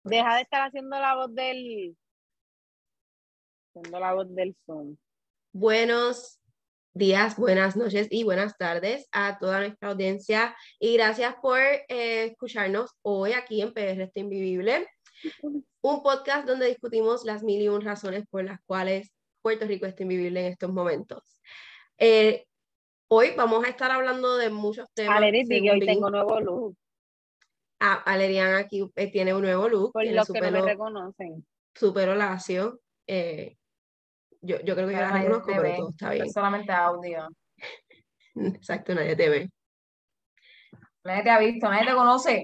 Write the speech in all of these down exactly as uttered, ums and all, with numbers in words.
Deja de estar haciendo la voz del... Haciendo la voz del Zoom. Buenos días, buenas noches y buenas tardes a toda nuestra audiencia y gracias por eh, escucharnos hoy aquí en P R Está Invivible, un podcast donde discutimos las mil y un razones por las cuales Puerto Rico está invivible en estos momentos. Eh, hoy vamos a estar hablando de muchos temas. Aleris, di que hoy tengo nuevo look. Ah, Alerian aquí eh, tiene un nuevo look. Por tiene los su que pelo, no me reconocen. Su pelo lacio. Eh, yo, yo creo que Pero yo la nadie reconozco, te pero ve, todo está bien. es solamente audio. Exacto, nadie te ve. Nadie te ha visto, nadie te conoce.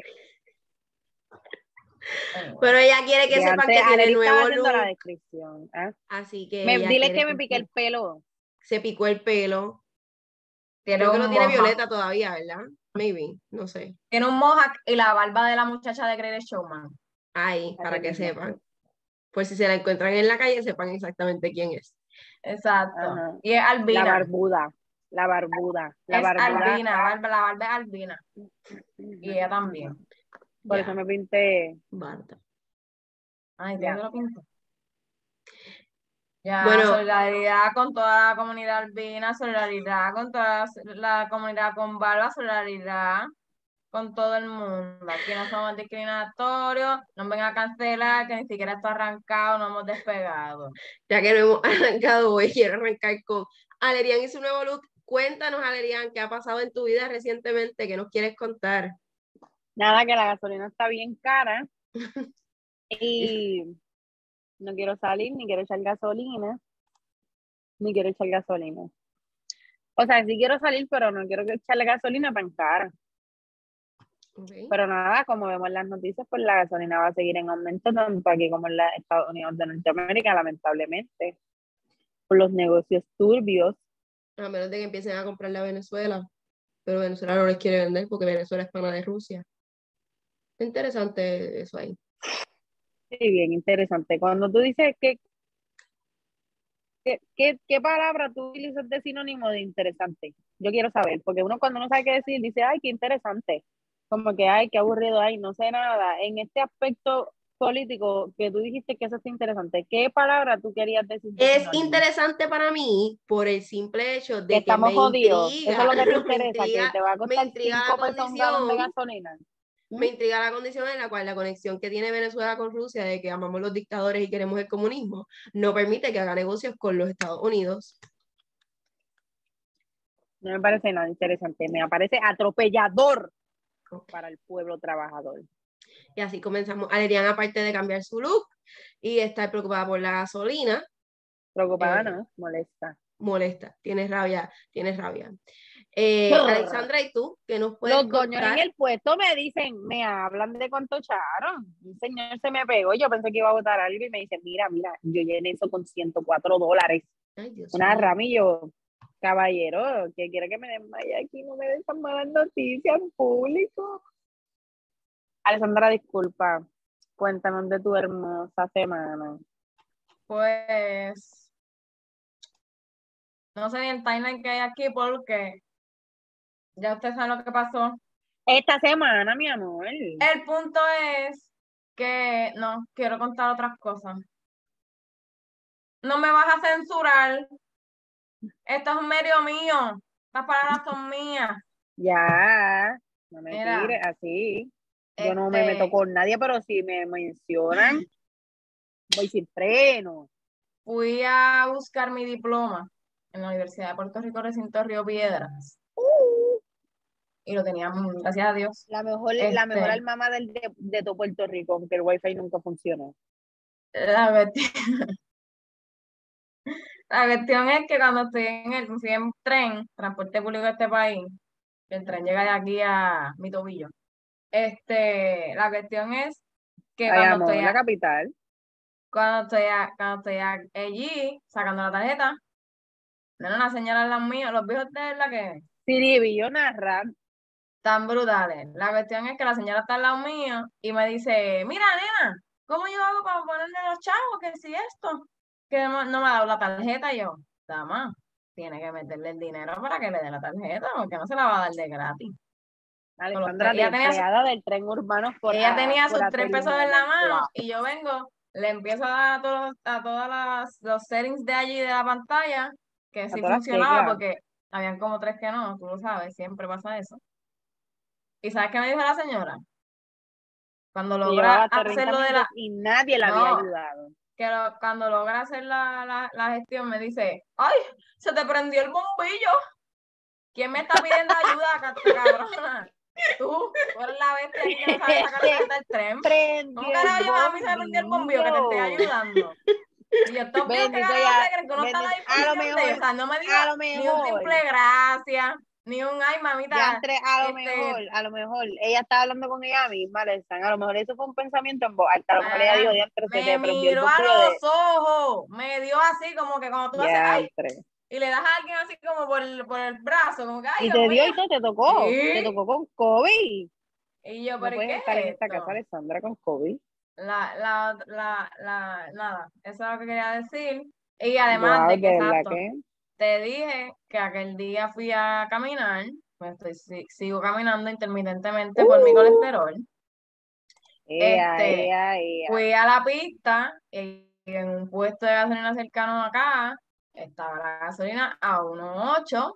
Pero ella quiere que De sepan antes, que tiene Aleris estaba nuevo haciendo look. la descripción. ¿eh? Así que Me, ella dile quiere que me pique el pelo. Se picó el pelo. Tiene Creo que un lo tiene mohawk. Violeta todavía, ¿verdad? Maybe, no sé. Tiene un mohawk y la barba de la muchacha de Greatest Showman. Ahí, para Así que mismo. sepan. Pues si se la encuentran en la calle, sepan exactamente quién es. Exacto. Ajá. Y es albina. La barbuda. La barbuda. La es barbuda. albina, barba, la barba es albina. Y ella también. Por Ya. eso me pinté. Barta. Ay, Ya. ¿dónde lo pinto? Ya, Bueno. solidaridad con toda la comunidad albina, solidaridad con toda la comunidad con barba, solidaridad con todo el mundo. Aquí no somos discriminatorios, no vengan a cancelar, que ni siquiera esto ha arrancado, no hemos despegado. Ya que no hemos arrancado hoy, quiero arrancar con Alerian y su nuevo look. Cuéntanos, Alerian, ¿qué ha pasado en tu vida recientemente? ¿Qué nos quieres contar? Nada, que la gasolina está bien cara. Y no quiero salir, ni quiero echar gasolina. Ni quiero echar gasolina. O sea, sí quiero salir, pero no quiero echarle gasolina tan cara. Okay. Pero nada, como vemos en las noticias, pues la gasolina va a seguir en aumento tanto aquí como en los Estados Unidos de Norteamérica, lamentablemente, por los negocios turbios. A menos de que empiecen a comprarle a Venezuela, pero Venezuela no les quiere vender porque Venezuela es pana de Rusia. Interesante eso ahí. Sí, bien interesante. Cuando tú dices que ¿Qué, qué, ¿Qué palabra tú utilizas de sinónimo de interesante? Yo quiero saber, porque uno cuando no sabe qué decir dice, ay, qué interesante. Como que, ay, qué aburrido, ay, no sé nada. En este aspecto político que tú dijiste que eso está interesante, ¿qué palabra tú querías decir de Es sinónimo? interesante para mí por el simple hecho de Que que estamos me jodidos. intriga, Eso es lo que te me interesa, intriga, que te va a me costar intriga la cinco pesos un galón de condición, gasolina. me intriga la condición en la cual la conexión que tiene Venezuela con Rusia de que amamos los dictadores y queremos el comunismo no permite que haga negocios con los Estados Unidos. No me parece nada interesante, me parece atropellador Okay. para el pueblo trabajador. Y así comenzamos. Alerian, aparte de cambiar su look y estar preocupada por la gasolina. Preocupada, eh, ¿no? Molesta. Molesta, tienes rabia, tienes rabia. Eh, Alexandra, ¿y tú? ¿Qué nos puedes Los dueños contar? en el puesto me dicen, me hablan de cuánto echaron. Un señor se me pegó, yo pensé que iba a votar algo y me dice, mira, mira, yo llené eso con ciento cuatro dólares. Ay, Dios Una mío. ramillo, caballero, que quiere que me desmaye aquí, no me den tan malas noticias en público. Alessandra, disculpa, cuéntanos de tu hermosa semana. Pues, no sé ni el timeline que hay aquí porque ya usted sabe lo que pasó. Esta semana, mi amor. El punto es que, no, quiero contar otras cosas. No me vas a censurar. Esto es un medio mío. Estas palabras son mías. Ya, no me Mira, tires así. Yo no me este, meto con nadie, pero si me mencionan, voy sin freno. fui a buscar mi diploma en la Universidad de Puerto Rico, recinto Río Piedras. Uh, Y lo teníamos, gracias a Dios. la mejor, Este, la mejor alma mater de, de todo Puerto Rico, aunque el wifi nunca funcionó. La cuestión, la cuestión es que cuando estoy en el fui en tren, transporte público de este país, el tren llega de aquí a mi tobillo. Este, la cuestión es que Ay, cuando amor, estoy, la a- capital. cuando estoy, a- cuando estoy a- allí sacando la tarjeta, no, una señora al lado mío, los viejos de la que Siribillo narra. tan brutales. La cuestión es que la señora está al lado mío y me dice, mira, nena, ¿cómo yo hago para ponerle los chavos? Que si esto, que no, no me ha dado la tarjeta. Y yo, dama, tiene que meterle el dinero para que le dé la tarjeta, porque no se la va a dar de gratis. Alexandra, ella la tenía, su, empleada del tren urbano por ella a- tenía por sus tres Atel pesos en la Moment. mano Wow. y yo vengo, le empiezo a dar a todos a todas las los settings de allí de la pantalla, que A sí todas las funcionaba teclas. porque habían como tres que no, tú lo sabes, siempre pasa eso. ¿Y sabes qué me dijo la señora? Cuando Que logra llevaba hacer treinta lo de minutos la... y nadie la había No, ayudado. que lo- cuando logra hacer la, la, la gestión me dice, ¡ay! Se te prendió el bombillo. ¿Quién me está pidiendo ayuda, ca- cabrona? Tú, tú eres la bestia aquí que no sabe sacar la tarjeta del tren. Prendió ¿Cómo carajo el yo, a mí se me prendió el bombillo que te estoy bombillo. ayudando? Y yo, estos viejos que Bendito carajo ya, se creen que uno está a la bendito. A lo disposición de ellos. O mejor, sea, no me dio a lo ni un mejor, simple gracias, ni un ay, ya mamita. entré, a lo Este, mejor, a lo mejor, ella estaba hablando con ella misma, Alexandra, a lo mejor eso fue un pensamiento en voz alta, a lo mejor ella dijo, ah, ya entré, se me te prendió el miró a bombillo de, los ojos, me dio así como que cuando tú haces, ya ay, entré. y le das a alguien así como por el, por el brazo, como que, ay, Y Dios te dio mío. y todo, te tocó, te Sí. tocó con COVID. Y yo, No ¿pero y puedes qué estar en es esta esto? casa, Alexandra, con COVID. La, la, la, la, nada, eso es lo que quería decir. Y además Wow, de de que, verdad exacto, que, te dije que aquel día fui a caminar, pues estoy, si- sigo caminando intermitentemente por mi uh, colesterol. ea, Este, ea, ea. fui a la pista y en un puesto de gasolina cercano acá, estaba la gasolina a uno coma ocho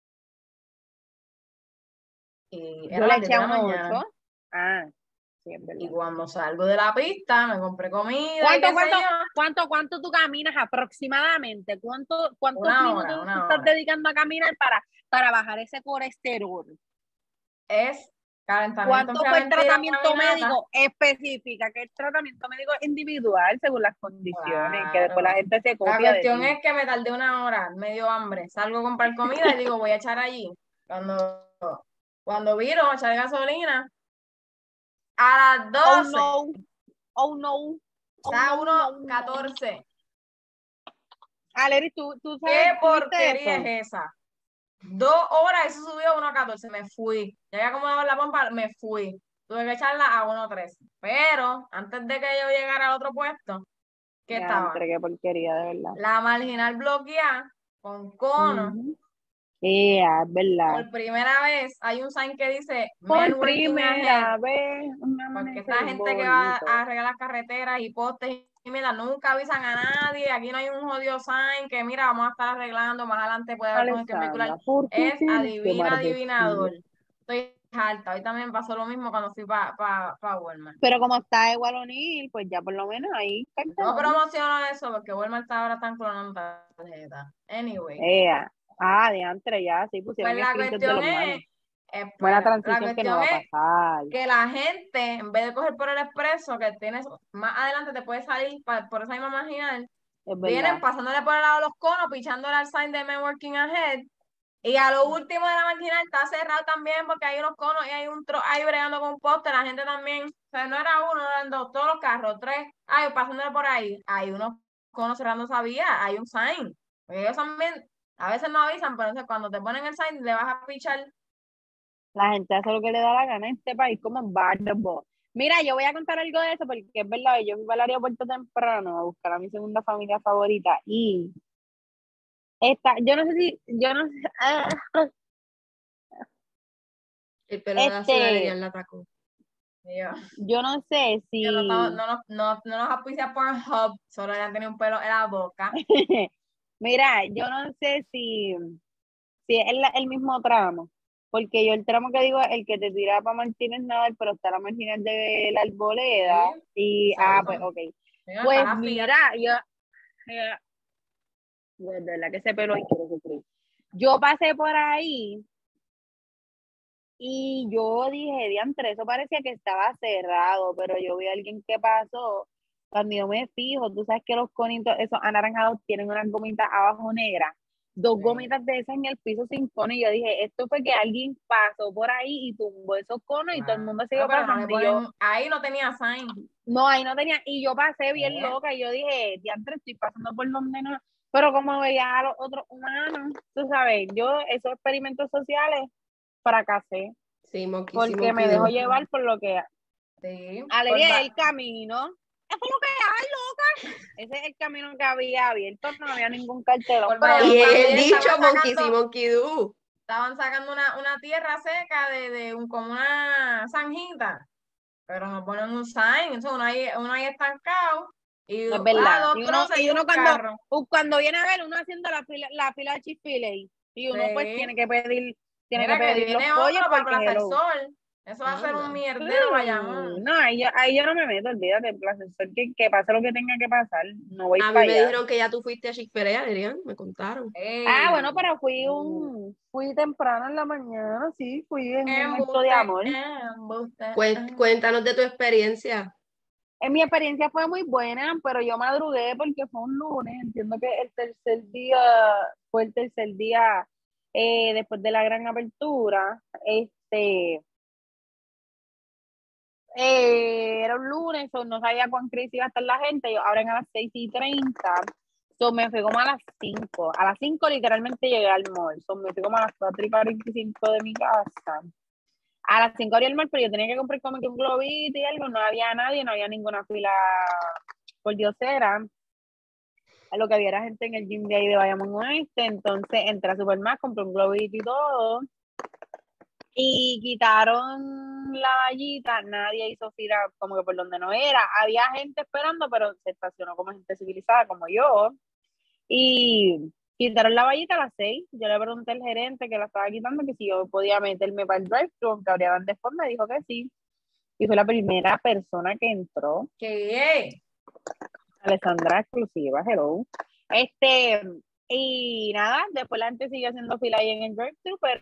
y Yo era le las diez eché de a la uno mañana. ocho. Ah, sí, es Y verdad. cuando salgo de la pista, me compré comida y ¿Cuánto, qué sé cuánto, yo, cuánto, cuánto tú caminas aproximadamente? ¿Cuánto, cuántos una hora, minutos tú una estás hora. dedicando a caminar para, para bajar ese colesterol? Es calentamiento ¿Cuánto fue el enfriamiento y la tratamiento caminata. médico? Especifica que el tratamiento médico es individual según las condiciones, que después la Claro. gente se La copia de cuestión ti. es que me tardé una hora, medio hambre. Salgo a comprar comida y digo, voy a echar allí. Cuando, cuando viro a echar gasolina, a las Oh doce, no, oh no, oh está no, uno no, no. catorce. Aleris, ¿tú, tú sabes, ¿Qué tuviste porquería eso? es esa? Dos horas, eso subió a uno catorce. Me fui. Ya que acomodaba la pompa, me fui. Tuve que echarla a uno trece. Pero antes de que yo llegara al otro puesto, ¿qué Ya, estaba? entregué porquería, de verdad. La marginal bloqueada con cono. Uh-huh. Yeah, es verdad. Por primera vez hay un sign que dice Men Por Working Ahead, primera vez, un porque esta amanecer gente que va bonito. a arreglar las carreteras y postes y mira, nunca avisan a nadie, aquí no hay un jodido sign que mira, vamos a estar arreglando, más adelante puede haber congestión vehicular. Alexandra, ¿por qué Es tienes que adivina, maldecir? adivinador. Estoy harta, hoy también pasó lo mismo cuando fui para pa, pa Walmart. Pero como está igual O'Neill, pues ya por lo menos ahí No cartón. promociono eso porque Walmart ahora están clonando tarjetas. Anyway. Ea. Ah, de antes ya, sí pusieron Pues la screenshots de cuestión los es, manos. Buena espera, la transición que no cuestión va a es pasar. que la gente, en vez de coger por el expreso, que tienes más adelante te puede salir pa- por esa misma marginal, Es vienen verdad. pasándole por el lado de los conos, pichándole al sign de Men Working Ahead, y a lo último de la marginal está cerrado también porque hay unos conos y hay un tro ahí bregando con un poste, la gente también, o sea, no era uno, eran dos, todos los carros, tres, ay, pasándole por ahí, hay unos conos cerrando esa vía, hay un sign, porque ellos también, a veces no avisan, pero entonces cuando te ponen el sign, le vas a pichar. La gente hace lo que le da la gana en este país como barbo. Mira, yo voy a contar algo de eso porque es verdad, yo fui para el aeropuerto temprano a buscar a mi segunda familia favorita y esta, yo no sé si, yo no sé, ah, El pelo de la ciudad este, la atacó. Y yo, yo no sé yo no, estamos- si, no, nos- no, no nos auspicia por Hub, solo ella tenía un pelo en la boca. mira, yo no sé si, si es la- el mismo tramo, porque yo el tramo que digo es el que te tira para Martínez Nadal, pero está la marginal de la Arboleda, y, Sí, ah, pues, exacto. ok. Mira, Pues está la Fiat. mira, yo, eh, de verdad que ese pelo ahí quiero sufrir. Yo pasé por ahí y yo dije, diantre, eso parecía que estaba cerrado, pero yo vi a alguien que pasó. Cuando yo me fijo, tú sabes que los conitos, esos anaranjados, tienen unas gomitas abajo negras, dos Sí. gomitas de esas en el piso sin cono. Y yo dije, esto fue que alguien pasó por ahí y tumbó esos conos y todo el mundo Ah, siguió pero no le pasando. Y yo, ponen, ahí no tenía sign. no, ahí no tenía, y yo pasé bien ¿Eh? loca y yo dije, diantre, estoy pasando por donde no, pero como veía a los otros humanos, tú sabes, yo esos experimentos sociales fracasé, Sí, monkey, sí, porque me monkey dejo do. llevar por lo que, Sí. alegría Por es el camino, eso es lo que hay, loca, ese es el camino que había abierto, no había ningún cartelón, Por pero vaya, Y no es también el sé, dicho estaban monkey, sí, sacando, monkey do. estaban sacando una, una tierra seca de, de un, como una zanjita, pero no ponen un sign, entonces uno ahí, uno ahí estancado, y No es ah, verdad. dos Y uno, troces y y uno un cuando, carro. u- cuando viene a ver, uno haciendo la fila, la fila de Chick-fil-A, y uno pues Sí. tiene que pedir, tiene que Mira que pedir los viene pollos otro para porque Plaza del hello. Sol. Eso va a ser un Anda. mierdero, Mm, Bayamón. No, ahí yo, ahí yo no me meto, olvídate, el ascensor, que, que pase lo que tenga que pasar, no voy A mí para me allá. dijeron que ya tú fuiste a Chick-fil-A, Adrián, me contaron. Ah, Ey, bueno, pero fui uh, un, fui temprano en la mañana, sí, fui en un acto de embuste, amor. embuste. Cuen- ah. Cuéntanos de tu experiencia. En mi experiencia fue muy buena, pero yo madrugué porque fue un lunes. Entiendo que el tercer día fue el tercer día eh, después de la gran apertura. Este, eh, era un lunes, so no sabía cuán crazy iba a estar la gente. Ellos abren a las seis y treinta. So me fui como a las cinco. A las cinco literalmente llegué al mall. So me fui como a las cuatro y cuarenta y cinco de mi casa. A las cinco abrí el mall, pero yo tenía que comprar como que un globito y algo. No había nadie, no había ninguna fila por diosera. A lo que había era gente en el gym de ahí de Bayamón Oeste. Entonces entré a Superman, compré un globito y todo. Y quitaron la vallita, nadie hizo fila como que por donde no era. Había gente esperando, pero se estacionó como gente civilizada, como yo. Y quitaron la vallita a las seis. Yo le pregunté al gerente que la estaba quitando que si yo podía meterme para el drive-thru, aunque abrieran después, me dijo que sí. Y fue la primera persona que entró. ¿Qué? Alessandra exclusiva, hello. Este, y nada, después la gente siguió haciendo fila ahí en el drive-thru, pero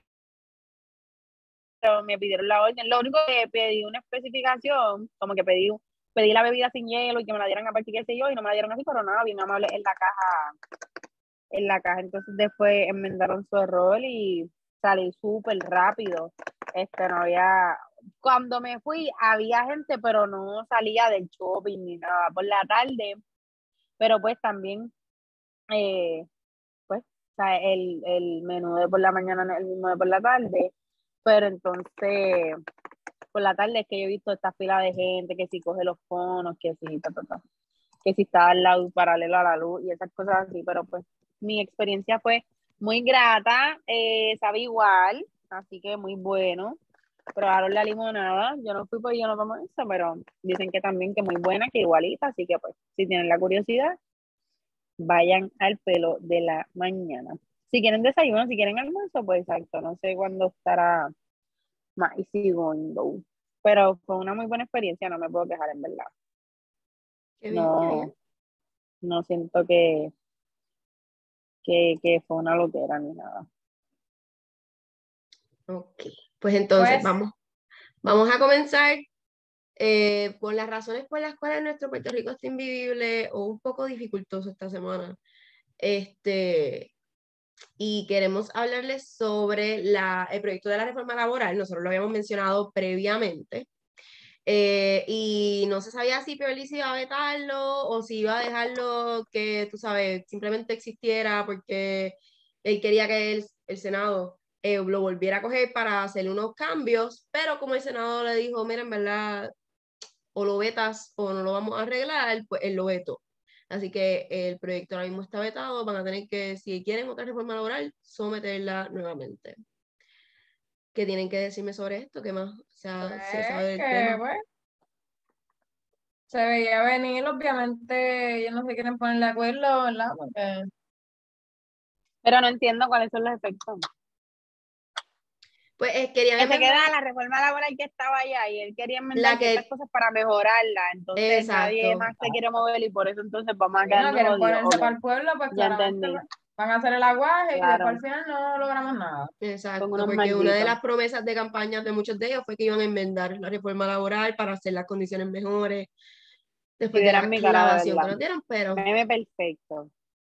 me pidieron la orden. Lo único que pedí una especificación, como que pedí, pedí la bebida sin hielo y que me la dieran a partir, qué sé yo, y no me la dieron así, pero nada, bien amable en la caja, en la caja. Entonces después enmendaron su error y salí súper rápido. Este, no había, cuando me fui había gente, pero no salía del shopping ni nada. Por la tarde, pero pues también, eh, pues, o sea, el, el menú de por la mañana no es el mismo de por la tarde, pero entonces por la tarde es que yo he visto esta fila de gente que si coge los conos, que si, ta, ta, ta, que si está al lado paralelo a la luz y esas cosas así, pero pues mi experiencia fue muy grata, eh, sabe igual, así que muy bueno. Probaron la limonada, yo no fui porque yo no tomo eso, pero dicen que también que muy buena, que igualita, así que pues si tienen la curiosidad, vayan al pelo de la mañana. Si quieren desayuno, si quieren almuerzo, pues exacto, no sé cuándo estará más easy going though. Pero fue una muy buena experiencia, no me puedo quejar en verdad. Qué bien, qué bien. No, no siento que, que, que fue una loquera ni nada. Ok, pues entonces Pues, vamos, vamos a comenzar eh, por las razones por las cuales nuestro Puerto Rico está invivible o un poco dificultoso esta semana. Este, y queremos hablarles sobre la, el proyecto de la reforma laboral. Nosotros lo habíamos mencionado previamente. Eh, y no se sabía si Pierluisi iba a vetarlo o si iba a dejarlo que, tú sabes, simplemente existiera porque él quería que el, el Senado eh, lo volviera a coger para hacer unos cambios, pero como el Senado le dijo, mira, en verdad, o lo vetas o no lo vamos a arreglar, pues él lo vetó. Así que el proyecto ahora mismo está vetado, van a tener que, si quieren otra reforma laboral, someterla nuevamente. ¿Qué tienen que decirme sobre esto? ¿Qué más? O sea, pues, se sabe del que, tema. pues, se veía venir, obviamente, ellos no se quieren poner de acuerdo, ¿verdad? Porque, Pero no entiendo cuáles son los efectos. Pues eh, querían Que se enmendar queda la reforma laboral que estaba allá y él quería enmendar la ciertas que, cosas para mejorarla. Entonces nadie exacto, más se quiere mover y por eso entonces vamos a si no quedarnos quieren jodidos. ponerse Ok, para el pueblo, pues ya claramente entendí. pues, van a hacer el aguaje y después Claro, al final no logramos nada. son exacto, unos porque una de malditos. las promesas de campaña de muchos de ellos fue que iban a enmendar la reforma laboral para hacer las condiciones mejores Si después de vieran la mi cara de clavación que verdad. nos dieron, pero Meme perfecto.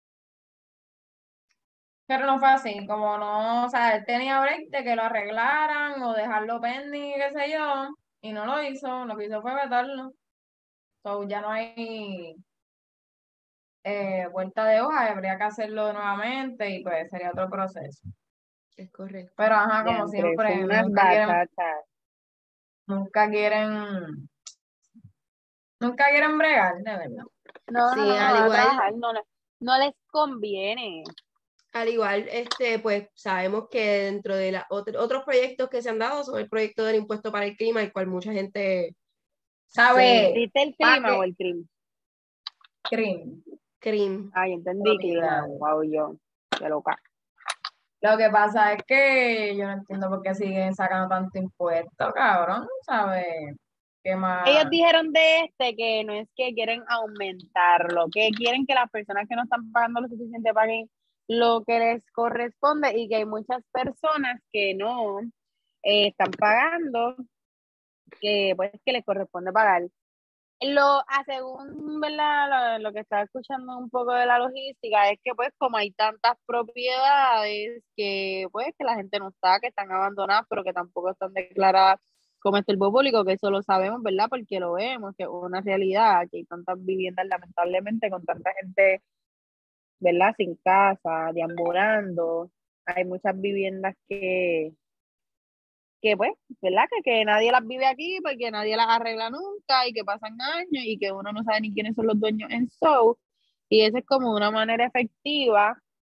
Pero no fue así, como no, o sea, él tenía break de que lo arreglaran o dejarlo pending, qué sé yo, y no lo hizo, lo que hizo fue vetarlo. So, ya no hay eh, vuelta de hoja, habría que hacerlo nuevamente y pues sería otro proceso. es correcto. Pero ajá, Ya como entre, son siempre, unas nunca quieren, batatas. nunca quieren, nunca quieren bregar, de verdad. No, no, Sí, no, no al van a igual, trabajar, no, le- no les conviene. Al igual, este, pues sabemos que dentro de la, otro- otros proyectos que se han dado son el proyecto del impuesto para el clima, el cual mucha gente ¿Sabe? se ¿Viste el Pa' clima o que el crimen? crimen. crim. Ay, entendí clima. Olvídalo. Wow, yo. Qué loca. Lo que pasa es que yo no entiendo por qué siguen sacando tanto impuesto, cabrón, ¿sabes? ¿Qué Ellos más? dijeron de este que no es que quieren aumentarlo, que quieren que las personas que no están pagando lo suficiente paguen lo que les corresponde y que hay muchas personas que no eh, están pagando, que pues que les corresponde pagar. Lo, a según ¿verdad? Lo, lo que estaba escuchando un poco de la logística es que pues como hay tantas propiedades que pues que la gente no está, que están abandonadas, pero que tampoco están declaradas como estorbo público, que eso lo sabemos, ¿verdad? Porque lo vemos, que es una realidad, que hay tantas viviendas lamentablemente con tanta gente, ¿verdad? Sin casa, deambulando. Hay muchas viviendas que que pues, ¿verdad? Que, que nadie las vive aquí porque nadie las arregla nunca y que pasan años y que uno no sabe ni quiénes son los dueños en show. Y esa es como una manera efectiva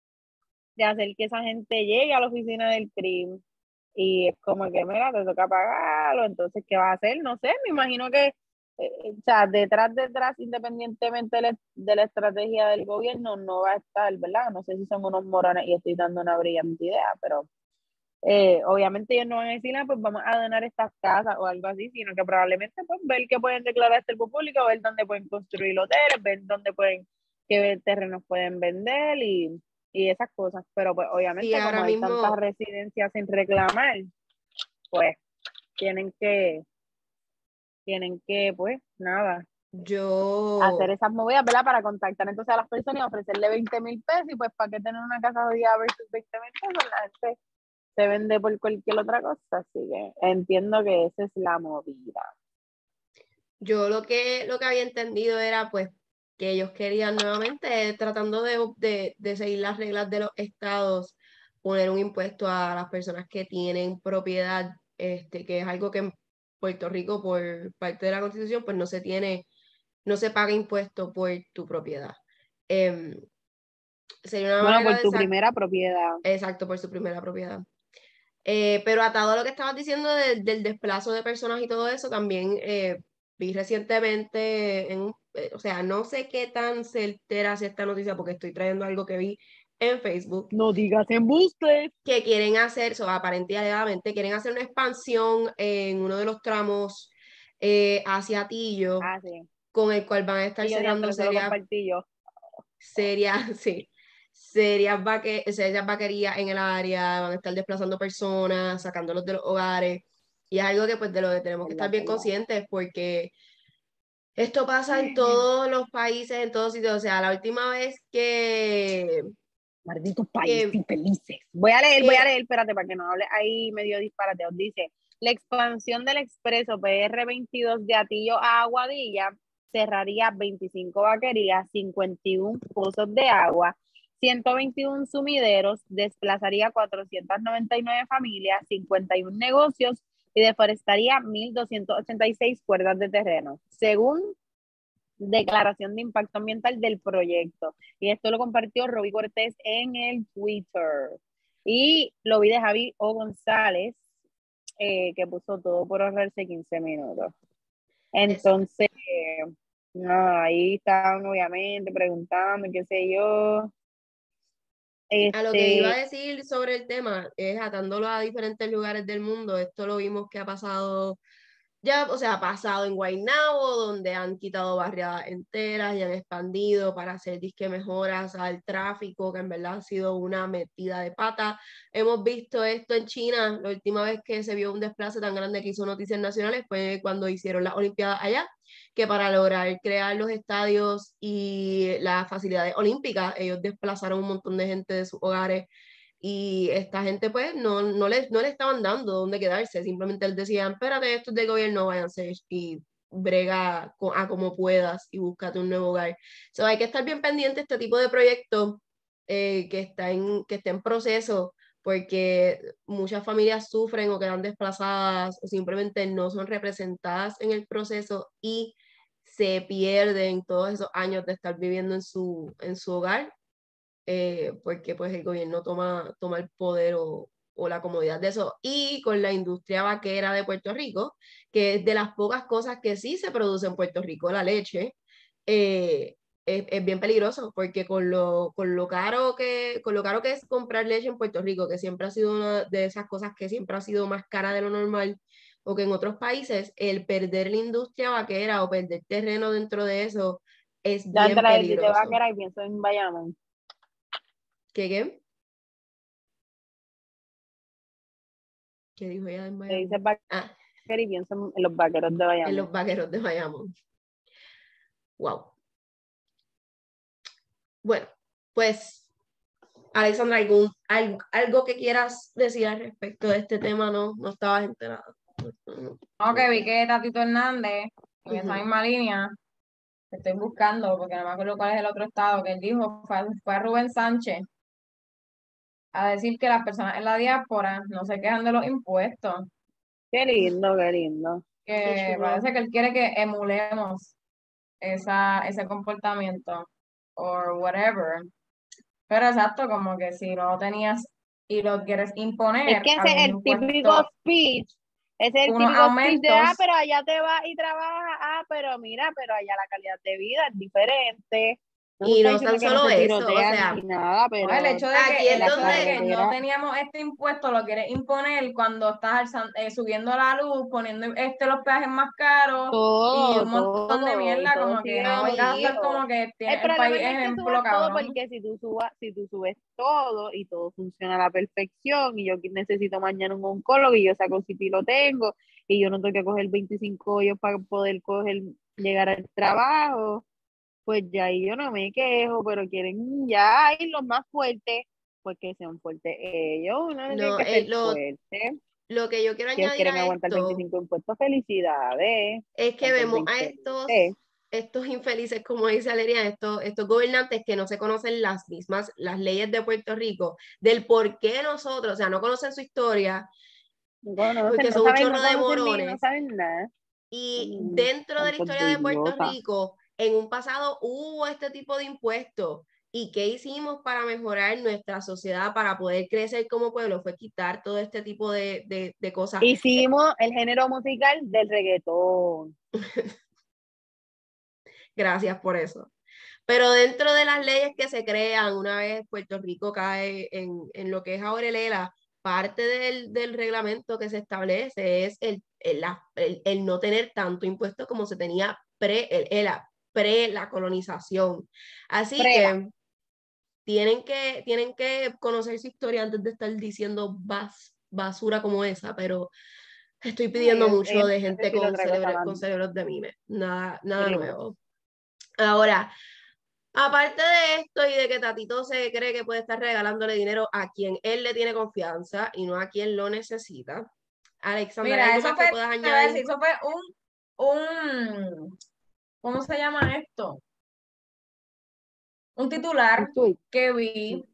de hacer que esa gente llegue a la oficina del crimen. Y es como que, mira, te toca pagarlo, entonces, ¿qué vas a hacer? No sé, me imagino que, eh, o sea, detrás, detrás, independientemente de la, de la estrategia del gobierno, no va a estar, ¿verdad? No sé si son unos morones y estoy dando una brillante idea, pero eh, obviamente ellos no van a decir, ah, pues vamos a donar estas casas o algo así, sino que probablemente pues ver que pueden declarar este público, ver dónde pueden construir hoteles, ver dónde pueden, qué terrenos pueden vender y, y esas cosas. Pero pues Sí, obviamente como ahora hay tantas mismo residencias sin reclamar, pues tienen que, tienen que, pues nada, hacer yo, esas movidas, ¿verdad? Para contactar entonces a las personas y ofrecerle veinte mil pesos y pues para qué tener una casa jodida versus veinte mil pesos, la gente se vende por cualquier otra cosa, así que entiendo que esa es la movida. yo lo que, lo que había entendido era pues que ellos querían nuevamente, tratando de, de, de seguir las reglas de los estados, poner un impuesto a las personas que tienen propiedad, este, que es algo que en Puerto Rico, por parte de la Constitución, pues no se tiene, no se paga impuesto por tu propiedad. Em, sería una Bueno, manera por de tu sacar, primera propiedad. exacto, por su primera propiedad. Eh, pero atado a lo que estabas diciendo de- del desplazo de personas y todo eso, también eh, vi recientemente, en, un- eh, o sea, no sé qué tan certera es esta noticia porque estoy trayendo algo que vi en Facebook, No digas embustes. que quieren hacer, so, aparentemente y alegadamente, quieren hacer una expansión en uno de los tramos eh, hacia Atillo, Ah, sí. con el cual van a estar Y yo cerrando diantre, eso lo serias, compartí yo. serias, sí, serias, vaque, serias vaquerías en el área, van a estar desplazando personas, sacándolos de los hogares. Y es algo que pues de lo que tenemos que estar ¿Verdad, bien verdad? conscientes porque esto pasa en todos los países, en todos sitios. O sea, la última vez que, Malditos países que, infelices. Voy a leer, voy a que leer, espérate, para que no hable ahí medio disparate. Os dice, la expansión del expreso P R veintidós de Atillo a Aguadilla cerraría veinticinco vaquerías, cincuenta y uno pozos de agua, ciento veintiuno sumideros, desplazaría cuatrocientas noventa y nueve familias, cincuenta y uno negocios y deforestaría mil doscientas ochenta y seis cuerdas de terreno, según declaración de impacto ambiental del proyecto. Y esto lo compartió Roby Cortés en el Twitter. Y lo vi de Javi O. González, eh, que puso todo por ahorrarse quince minutos. es, Entonces, eh, no, ahí estaban obviamente preguntando, qué sé yo. a lo que iba a Este, decir sobre el tema es atándolo a diferentes lugares del mundo. Esto lo vimos que ha pasado ya, o sea, ha pasado en Guaynabo, donde han quitado barriadas enteras y han expandido para hacer disque mejoras al tráfico, que en verdad ha sido una metida de pata. Hemos visto esto en China, la última vez que se vio un desplace tan grande que hizo noticias nacionales fue cuando hicieron las Olimpiadas allá, que para lograr crear los estadios y las facilidades olímpicas, ellos desplazaron un montón de gente de sus hogares y esta gente pues no, no, le, no le estaban dando dónde quedarse, simplemente les decían, espérate, esto es de gobierno, váyanse y brega a como puedas y búscate un nuevo hogar. So, hay que estar bien pendiente de este tipo de proyectos eh, que, está en, que está en proceso, porque muchas familias sufren o quedan desplazadas o simplemente no son representadas en el proceso y se pierden todos esos años de estar viviendo en su, en su hogar eh, porque pues el gobierno toma, toma el poder o, o la comodidad de eso. Y con la industria vaquera de Puerto Rico, que es de las pocas cosas que sí se produce en Puerto Rico, la leche, eh, es, es bien peligroso, porque con lo, con lo caro que, con lo caro que es comprar leche en Puerto Rico, que siempre ha sido una de esas cosas que siempre ha sido más cara de lo normal, o que en otros países, el perder la industria vaquera o perder terreno dentro de eso es Ya bien entra dice peligroso. vaquera y pienso en Bayamón. ¿Qué qué? ¿Qué dijo ella en Te dice Bayamón? vaquera Ah, y pienso en los vaqueros de en Bayamón. los vaqueros de Bayamón. Wow. Bueno, pues, Alexandra, ¿algún, algo, algo que quieras decir al respecto de este tema? No, no estabas enterada. No, No, que vi que Tatito Hernández, en esa Ujú. misma línea, que estoy buscando, porque no me acuerdo cuál es el otro estado, que él dijo, fue, fue a Rubén Sánchez a decir que las personas en la diáspora no se quejan de los impuestos, Qué lindo, qué lindo. Qué que chulo. parece que él quiere que emulemos esa, ese comportamiento, o whatever. Pero exacto, como que si no lo tenías y lo quieres Es imponer, que ese es habiendo el típico impuesto speech. Ese es el unos típico speech de, ah, aumentos, pero allá te vas y trabajas, ah, pero mira, pero allá la calidad de vida es diferente. No se Y está no diciendo tan que no solo se eso, o tirotea sea, ni nada, no, el pero hecho de aquí que, es el la hecho de donde, que no carretera, teníamos este impuesto lo quieres imponer cuando estás alzan- eh, subiendo la luz, poniendo este los peajes más caros y todo, un montón de todo, y mierda, todo como que sigue no vengas a hacer jodido. como que El tienes el problema país no es que ejemplo, subas todo, cabrón. porque si tú subas, si tú subes todo y todo funciona a la perfección, y yo que necesito mañana un oncólogo y yo saco si lo tengo, y yo no tengo que coger veinticinco hoyos para poder coger, llegar al trabajo, pues ya ahí yo no me quejo, pero quieren ya ir los más fuertes, pues que sean fuertes ellos, uno no tiene no, que eh, ser lo, fuerte. lo que yo quiero Si ellos añadir quieren a aguantar esto veinticinco impuestos, felicidades, es que están por vemos a veinte estos, estos infelices, como dice Aleria, estos, estos gobernantes que no se conocen las mismas, las leyes de Puerto Rico, del por qué nosotros, o sea, no conocen su historia, No conocen, porque no son un saben, no chorro de conocen ni, no morones. saben nada. Y Mm, dentro de la tantos historia de de Puerto idiota. Rico, en un pasado hubo este tipo de impuestos. ¿Y qué hicimos para mejorar nuestra sociedad, para poder crecer como pueblo? Fue quitar todo este tipo de, de, de cosas. Hicimos el género musical del reggaetón. Gracias por eso. Pero dentro de las leyes que se crean, una vez Puerto Rico cae en, en lo que es ahora el ELA, parte del, del reglamento que se establece es el, el, la- el- el no tener tanto impuesto como se tenía pre el ELA, pre la colonización. Así Prela. que tienen que, tienen que conocer su historia antes de estar diciendo bas, basura como esa, pero estoy No, pidiendo ellos, mucho ellos de quieren gente decir con, otra cosa cerebro, más. con cerebros de mime, nada, nada Horrible. nuevo. Ahora, aparte de esto y de que Tatito se cree que puede estar regalándole dinero a quien él le tiene confianza y no a quien lo necesita, Alexandra, ¿hay Mira, algo eso más que fue, puedas te voy a añadir? decir, eso fue un, un, ¿cómo se llama esto? Un titular Un tuit. que vi,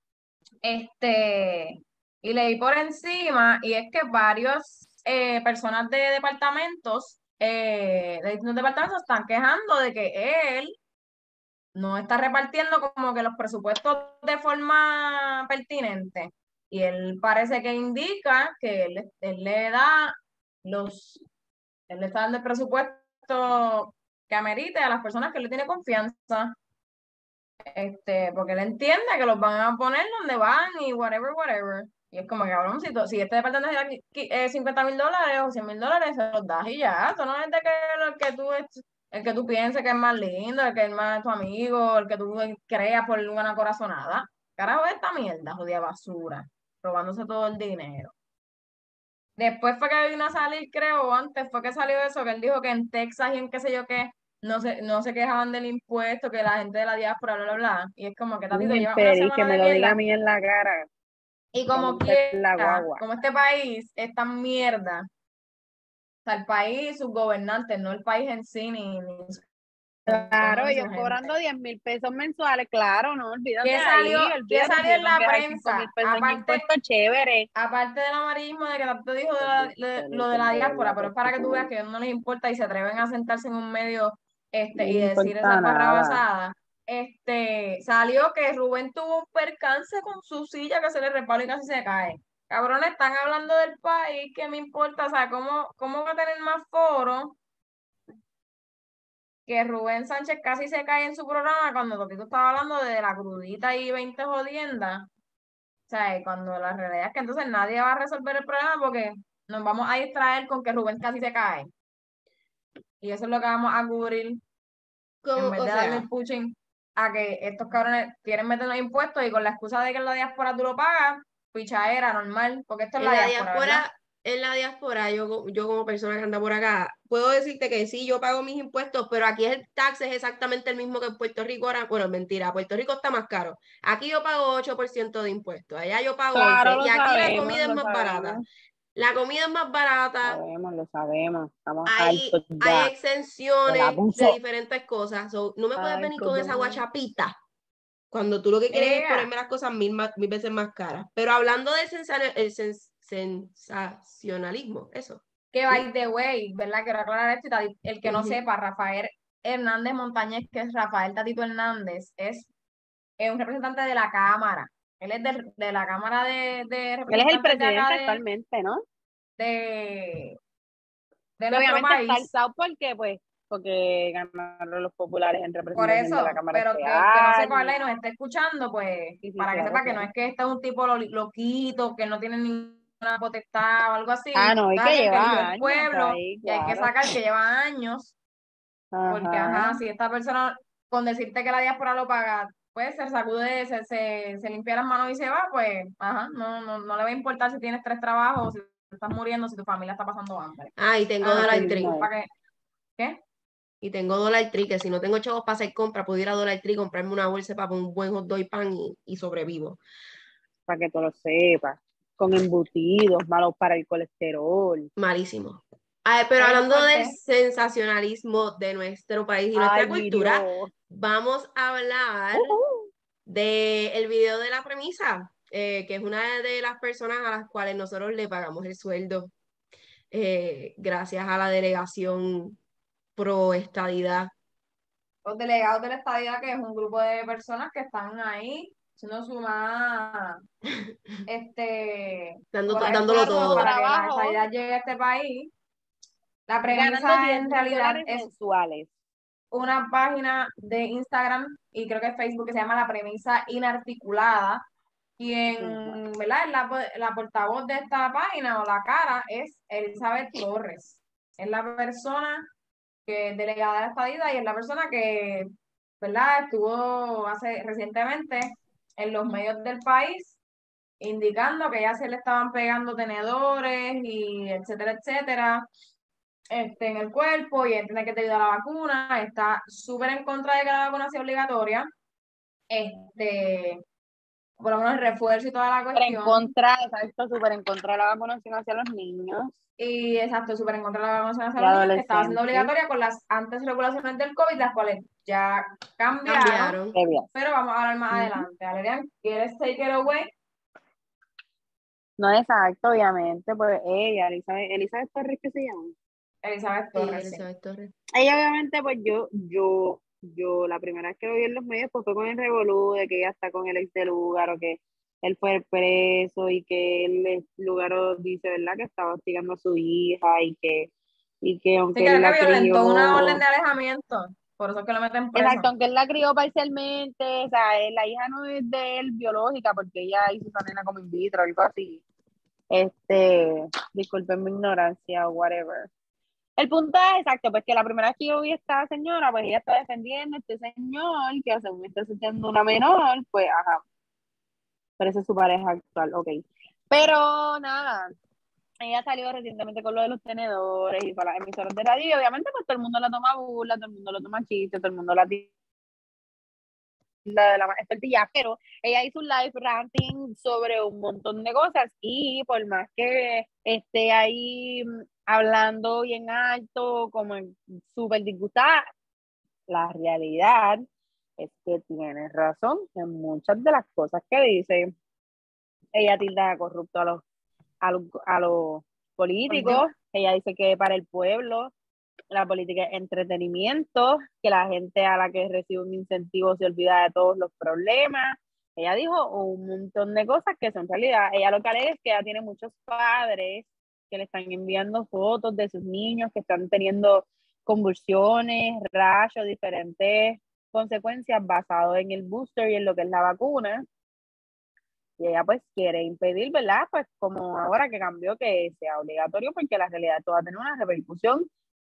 este, y leí por encima, y es que varios eh, personas de departamentos, eh, de distintos departamentos están quejando de que él no está repartiendo como que los presupuestos de forma pertinente. Y él parece que indica que él, él le da los, él le está dando el presupuesto que amerite a las personas que le tiene confianza, este, porque él entiende que los van a poner donde van y whatever, whatever. Y es como que, cabrón, si, to- si este departamento necesita eh, cincuenta mil dólares o cien mil dólares, se los das y ya. Eso no es de que el que tú, es- el que tú pienses que es más lindo, el que es más tu amigo, el que tú creas por una corazonada. Carajo, esta mierda, jodida basura, robándose todo el dinero. Después fue que vino a salir, creo, o antes fue que salió eso, que él dijo que en Texas y en qué sé yo qué, no se, no se quejaban del impuesto, que la gente de la diáspora, bla, bla, bla. Y es como que, Un Tatito, lleva una infeliz que semana me de lo diga a mierda. mí en la cara. Y Voy a como montar la quiera, guagua. como este país es tan mierda, o sea, el país y sus gobernantes, no el país en sí, ni, ni su Claro, ni ellos su gente. cobrando diez mil pesos mensuales, claro, no, olvídate ¿Qué de salió, ahí, qué olvídate, si salió yo en tengo la que dejar cinco prensa? mil pesos en Aparte, impuestos, chévere. aparte del amarillismo de que tanto dijo de la- de- lo de Infelices, la de diáspora, verdad, pero que es para que tú veas estúpido. que a ellos no les importa y se atreven a sentarse en un medio No este, les y decir importa esas nada. barrabasadas. este, salió que Rubén tuvo un percance con su silla que se le resbaló y casi se cae. Cabrones, están hablando del país, ¿qué me importa? O sea, ¿cómo, cómo va a tener más foro que Rubén Sánchez casi se cae en su programa cuando Totito estaba hablando de la crudita y veinte jodiendas? O sea, cuando la realidad es que entonces nadie va a resolver el problema porque nos vamos a distraer con que Rubén casi se cae. Y eso es lo que vamos a cubrir Como, en vez o de darle sea, el pushing a que estos cabrones quieren meter los impuestos y con la excusa de que en la diáspora tú lo pagas, pichadera, normal, porque esto es en la la diáspora, ¿verdad? diáspora, en la diáspora, yo, co- yo como persona que anda por acá, puedo decirte que sí, yo pago mis impuestos, pero aquí el tax es exactamente el mismo que en Puerto Rico. Ahora, bueno, mentira, Puerto Rico está más caro. Aquí yo pago ocho por ciento de impuestos, allá yo pago once Claro, y lo aquí la sabemos, comida es lo más barata. sabemos, La comida es más barata, sabemos, lo sabemos. Estamos hay, hartos hay ya del exenciones de abuso. diferentes cosas. So, no me puedes Ay, venir con esa coño. guachapita cuando tú lo que quieres es Ea, ponerme las cosas mil, más- mil veces más caras. Pero hablando del sensa- el sens- sensacionalismo, eso, que ¿sí? by the way, ¿verdad? Quiero aclarar esto y Tati- el que no Ujú. sepa, Rafael Hernández Montañez, que es Rafael Tatito Hernández, es, es un representante de la Cámara. Él es del- de, la Cámara de, de Él es el Representantes de acá presidente de, actualmente, ¿no? de, de Que nuestro obviamente está país. alzado porque, pues, porque ganaron los populares en Por representación de la eso, Cámara pero este que el que no sepa año. hablar y nos esté escuchando, pues, Sí, sí, para que claro, sepa que no claro. es que este es un tipo lo- loquito, que no tiene ninguna potestad o algo Ah, así. no, y Es que alguien que eligió lleva el años pueblo ahí, y hay que claro. sacar que lleva años, porque, Ajá. ajá, si esta persona, con decirte que la diáspora lo paga, pues se sacude, se, se, se limpia las manos y se va, pues, ajá, no, no, no le va a importar si tienes tres trabajos, si te estás muriendo, si tu familia está pasando hambre. Ah, y tengo Ah, no, Así Dollar mismo Tree. es. disculpa que, ¿qué? Y tengo Dollar Tree, que si no tengo chavos para hacer compra, puedo ir a Dollar Tree, comprarme una bolsa para un buen hot dog y pan y, y sobrevivo. Para que tú lo sepas. Con embutidos, malos para el colesterol. Malísimo. Ay, pero Es hablando del fuerte. sensacionalismo de nuestro país y nuestra Ay, mi cultura, Dios. vamos a hablar Ujú. del video de la premisa, eh, que es una de las personas a las cuales nosotros le pagamos el sueldo, eh, gracias a la delegación pro estadidad, Los delegados de la estadía, que es un grupo de personas que están ahí haciendo su más este, dando, horas dándolo esfuerzos todo. para que la Trabajo, estadía llegue a este país. La ganando premisa diez en mil realidad dólares es mensuales. una página de Instagram y creo que Facebook que se llama La Premisa Inarticulada. Ujú. Quien, ¿verdad? Es la, la portavoz de esta página o la cara es Elizabeth Torres. Es la persona que es delegada de la estadía y es la persona que, ¿verdad? Estuvo hace recientemente en los medios del país indicando que ya se le estaban pegando tenedores y etcétera, etcétera, este, en el cuerpo y él tiene que te ayudar a la vacuna, está súper en contra de que la vacuna sea obligatoria, este, por lo menos el refuerzo y toda la Pero en cuestión. contra, exacto, súper en contra de la vacunación hacia los niños Y exacto, súper en contra de la vacunación hacia y los niños, que estaba siendo adolescentes. obligatoria con las antes regulaciones del COVID, las cuales ya cambiaron, Cambiaron. Previas. pero vamos a hablar más Ujú. adelante. Alerian, ¿quieres take it away? No exacto, obviamente, pues ella, Elizabeth, Elizabeth Torres, ¿qué se llama? Elizabeth Sí, Torres, sí. Elizabeth Torres. Ella obviamente, pues yo, yo, yo, la primera vez que lo vi en los medios, pues fue con el revolú de que ella está con el ex de Lugaro, que él fue preso y que el ex Lugaro dice, ¿verdad? Que estaba hostigando a su hija y que, y que Sí, aunque él creo que la violentó una orden crió, de alejamiento, por eso es que lo meten preso. exacto, aunque él la crió parcialmente, o sea, él- la hija no es de él biológica porque ella hizo esa nena como in vitro, algo así. Este, disculpen mi ignorancia o whatever. El punto es exacto, pues que la primera vez que yo vi a esta señora, pues ella está defendiendo a este señor que según está siendo una menor, pues ajá, parece su pareja actual, ok. Pero nada, ella salió recientemente con lo de los tenedores y para las emisoras de radio y obviamente pues todo el mundo la toma burla, todo el mundo lo toma chiste, todo el mundo la la de la tortilla, pero ella hizo un live ranting sobre un montón de cosas y por más que esté ahí mm, hablando bien alto, como súper disgustada, la realidad es que tiene razón en muchas de las cosas que dice. Ella tilda de corrupto a los, a los, a los políticos, ella dice que para el pueblo la política es entretenimiento, que la gente a la que recibe un incentivo se olvida de todos los problemas. Ella dijo un montón de cosas que son realidad. Ella lo que alega es que ella tiene muchos padres que le están enviando fotos de sus niños que están teniendo convulsiones, rayos, diferentes consecuencias basadas en el booster y en lo que es la vacuna. Y ella pues quiere impedir, ¿verdad? Pues como ahora que cambió que sea obligatorio, porque la realidad esto va a tener una repercusión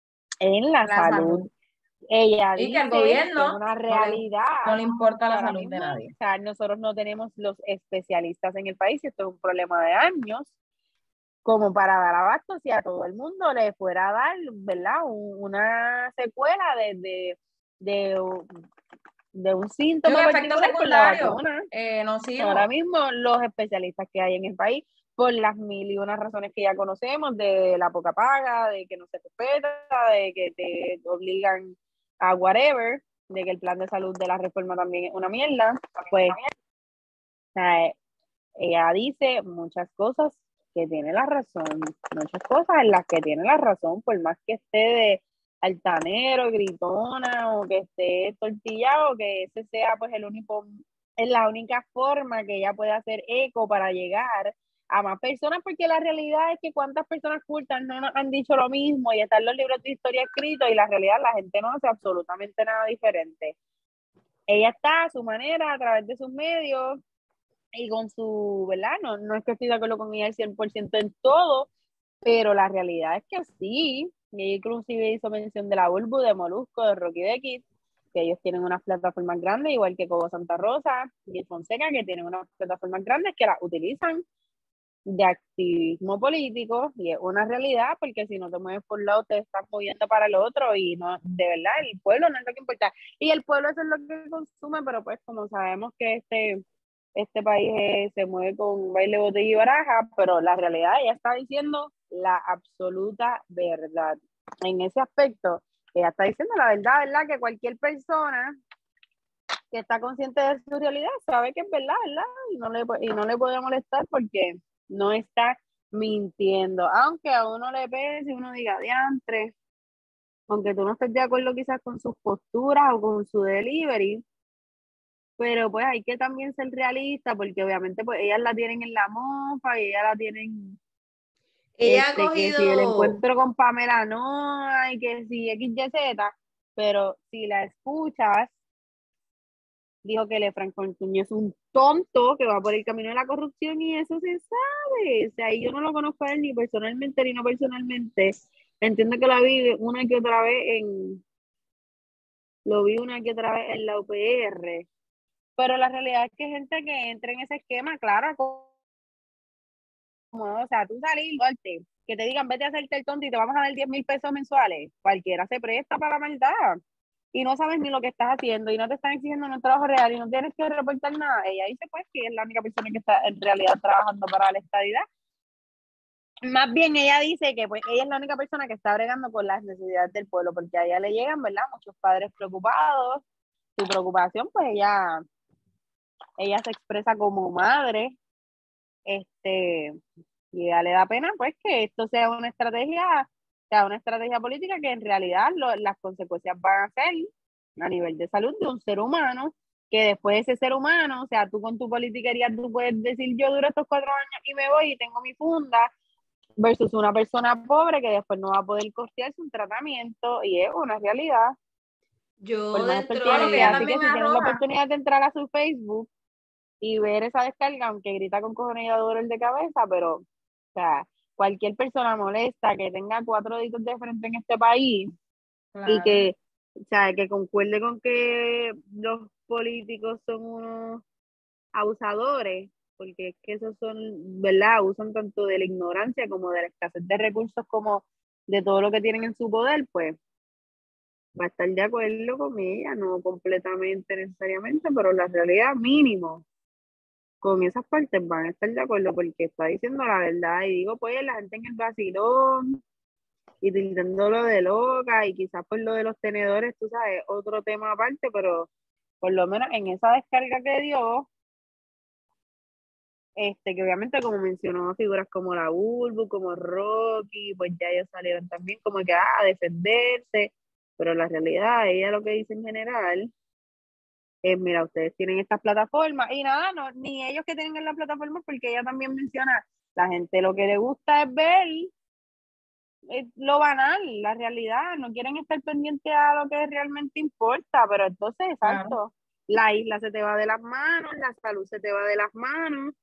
en la, La salud. salud. Ella Y dice que el que es gobierno una no le, realidad no le importa que la ahora salud de mismo, nadie. o sea, nosotros no tenemos los especialistas en el país, y esto es un problema de años, como para dar abasto si a todo el mundo le fuera a dar, ¿verdad? Un- una secuela de, de, de, de un Y un síntoma efecto particular por la secundario vacuna. eh, nocivo. Ahora mismo los especialistas que hay en el país, por las mil y unas razones que ya conocemos, de la poca paga, de que no se respeta, de que te obligan a whatever, de que el plan de salud de la reforma también es una mierda, pues o sea, ella dice muchas cosas que tiene la razón, muchas cosas en las que tiene la razón, por más que esté de altanero, gritona, o que esté tortillado, que ese sea pues el único, es la única forma que ella puede hacer eco para llegar a más personas, porque la realidad es que cuántas personas cultas no nos han dicho lo mismo y están los libros de historia escritos, y la realidad la gente no hace absolutamente nada diferente. Ella está a su manera, a través de sus medios, y con su, ¿verdad? No, no es que estoy de acuerdo con ella al cien por ciento en todo, pero la realidad es que sí. Y ella inclusive hizo mención de la Bulbu, de Molusco, de Rocky de Kid, que ellos tienen unas plataformas grandes, igual que Cobo Santa Rosa y Fonseca, que tienen unas plataformas grandes que las utilizan de activismo político, y es una realidad, porque si no te mueves por un lado te estás moviendo para el otro, y no, de verdad, el pueblo no es lo que importa, y el pueblo eso es lo que consume, pero pues como sabemos que este, este país eh, se mueve con baile, botella y baraja, pero la realidad ella está diciendo la absoluta verdad. En ese aspecto, ella está diciendo la verdad, ¿verdad? Que cualquier persona que está consciente de su realidad sabe que es verdad, ¿verdad? Y no le, y no le puede molestar porque no está mintiendo, aunque a uno le pese y uno diga diantre, aunque tú no estés de acuerdo quizás con sus posturas o con su delivery, pero pues hay que también ser realista, porque obviamente pues ellas la tienen en la mofa y ellas la tienen, Ella ha este, que si el cogido, encuentro con Pamela no hay, que si equis ye zeta, pero si la escuchas, dijo que Lefranc Fortuño es un tonto que va por el camino de la corrupción, y eso se sabe. O sea, yo no lo conozco a él ni personalmente ni no personalmente. Entiendo que la vi una que otra vez en, lo vi una que otra vez en la U P R, pero la realidad es que gente que entra en ese esquema, claro, como, o sea, tú salir, Duarte, que te digan, vete a hacerte el tonto y te vamos a dar diez mil pesos mensuales, cualquiera se presta para la maldad, y no sabes ni lo que estás haciendo, y no te están exigiendo un trabajo real, y no tienes que reportar nada. Ella dice pues que es la única persona que está en realidad trabajando para la estadidad. Más bien ella dice que pues ella es la única persona que está bregando con las necesidades del pueblo, porque a ella le llegan, ¿verdad? Muchos padres preocupados, su preocupación, pues ella, ella se expresa como madre, este, y a ella le da pena pues que esto sea una estrategia, sea una estrategia política, que en realidad lo, las consecuencias van a ser a nivel de salud de un ser humano, que después ese ser humano, o sea, tú con tu politiquería, tú puedes decir yo duro estos cuatro años y me voy y tengo mi funda, versus una persona pobre que después no va a poder costearse un tratamiento, y es una realidad, por yo más dentro Bueno, expertise que que ella sea. Así de, que también si tienen la arroja. oportunidad de entrar a su Facebook y ver esa descarga, aunque grita con cojones y da dolor de cabeza, pero, o sea, cualquier persona molesta que tenga cuatro deditos de frente en este país y Claro. que, o sea, que concuerde con que los políticos son unos abusadores, porque es que esos son, ¿verdad? Abusan tanto de la ignorancia como de la escasez de recursos, como de todo lo que tienen en su poder, pues va a estar de acuerdo con ella, no completamente necesariamente, pero la realidad mínimo con esas partes van a estar de acuerdo, porque está diciendo la verdad. Y digo, pues la gente en el vacilón y tildando lo de loca, y quizás por lo de los tenedores, tú sabes, otro tema aparte, pero por lo menos en esa descarga que dio, este, que obviamente como mencionó figuras como la Bulbu, como Rocky, pues ya ellos salieron también como que ah, a defenderse, pero la realidad, ella lo que dice en general es, mira, ustedes tienen estas plataformas, y nada, no, ni ellos que tienen en la plataforma, porque ella también menciona, la gente lo que le gusta es ver eh, lo banal, la realidad, no quieren estar pendientes a lo que realmente importa, pero entonces, Claro. exacto, la isla se te va de las manos, la salud se te va de las manos,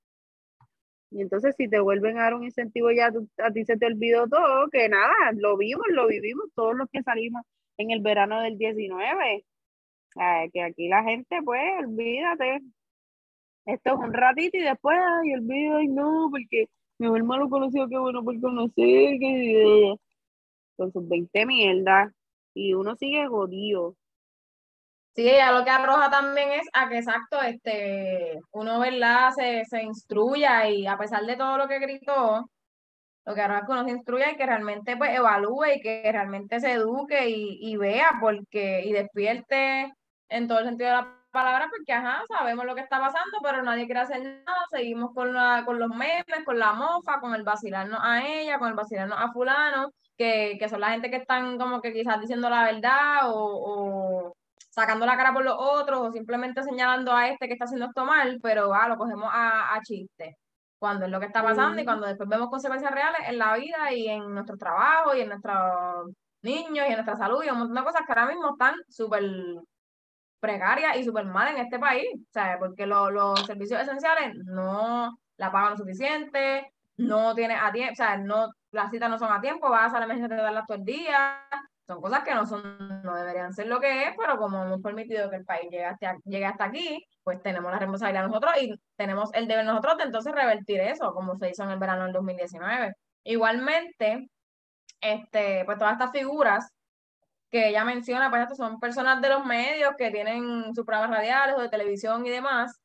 y entonces si te vuelven a dar un incentivo ya tú- a ti se te olvidó todo, que nada, lo vimos, lo vivimos todos los que salimos en el verano del diecinueve, ay, que aquí la gente, pues, olvídate, esto es un ratito y después, ay, olvídate, ay, no, porque mejor malo conocido que bueno por conocer, que con sus veinte mierdas, y uno sigue jodido. Sí, ella lo que arroja también es a que exacto, este, uno, ¿verdad? Se, se instruya y a pesar de todo lo que gritó, lo que arroja es que uno se instruya y que realmente pues evalúe y que realmente se eduque y, y vea porque, y despierte en todo el sentido de la palabra, porque ajá, sabemos lo que está pasando, pero nadie quiere hacer nada, seguimos con la, con los memes, con la mofa, con el vacilarnos a ella, con el vacilarnos a fulano, que, que son la gente que están como que quizás diciendo la verdad o, o sacando la cara por los otros o simplemente señalando a este que está haciendo esto mal, pero ah, lo cogemos a, a chiste cuando es lo que está pasando y Mm. cuando después vemos consecuencias reales en la vida y en nuestro trabajo y en nuestros niños y en nuestra salud y un montón de cosas que ahora mismo están súper precarias y súper mal en este país, ¿sabes? Porque lo- los servicios esenciales no la pagan lo suficiente, no tiene a tiempo, o sea, no, las citas no son a tiempo, vas a la emergencia de darlas todo el día, son cosas que no son, no deberían ser lo que es, pero como hemos permitido que el país llegue hasta, llegue hasta aquí, pues tenemos la responsabilidad nosotros y tenemos el deber nosotros de entonces revertir eso, como se hizo en el verano del dos mil diecinueve. Igualmente, este, pues todas estas figuras que ella menciona, pues estos son personas de los medios que tienen sus programas radiales o de televisión y demás,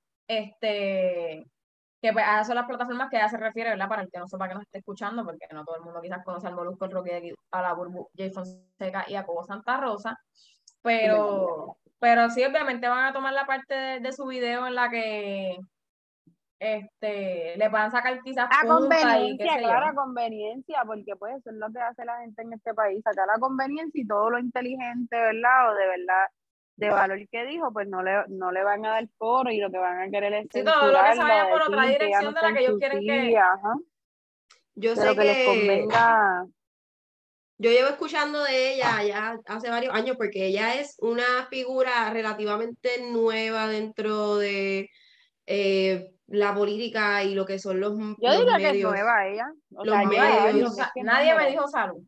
este, que pues a esas son las plataformas que ella se refiere, ¿verdad? Para el que no sepa que nos esté escuchando, porque no todo el mundo quizás conoce al Molusco, el Rocky de Kid, a la Burbu, Jay Fonseca y a Cobo Santa Rosa, Es verdad, es verdad, es pero, verdad. pero sí, obviamente van a tomar la parte de, de su video en la que este, le puedan sacar quizás A punta y qué conveniencia, sé yo. claro, a conveniencia, porque pues eso es lo que hace la gente en este país, sacar la conveniencia y todo lo inteligente, ¿verdad? O de verdad, de valor que dijo, pues no le, no le van a dar foro y lo que van a querer es Sí, todo lo que se censurarlo, vaya por otra decir que ya no dirección de está la en que ellos su quieren que... silla, ajá, Yo de lo sé que les que convenga. yo llevo escuchando de ella ya hace varios años porque ella es una figura relativamente nueva dentro de eh, la política y lo que son los, Yo los diría que es medios, nueva ella, o los sea, lleva Nadie me dijo, años, no es medios, sa- que no, nadie me pero dijo salud.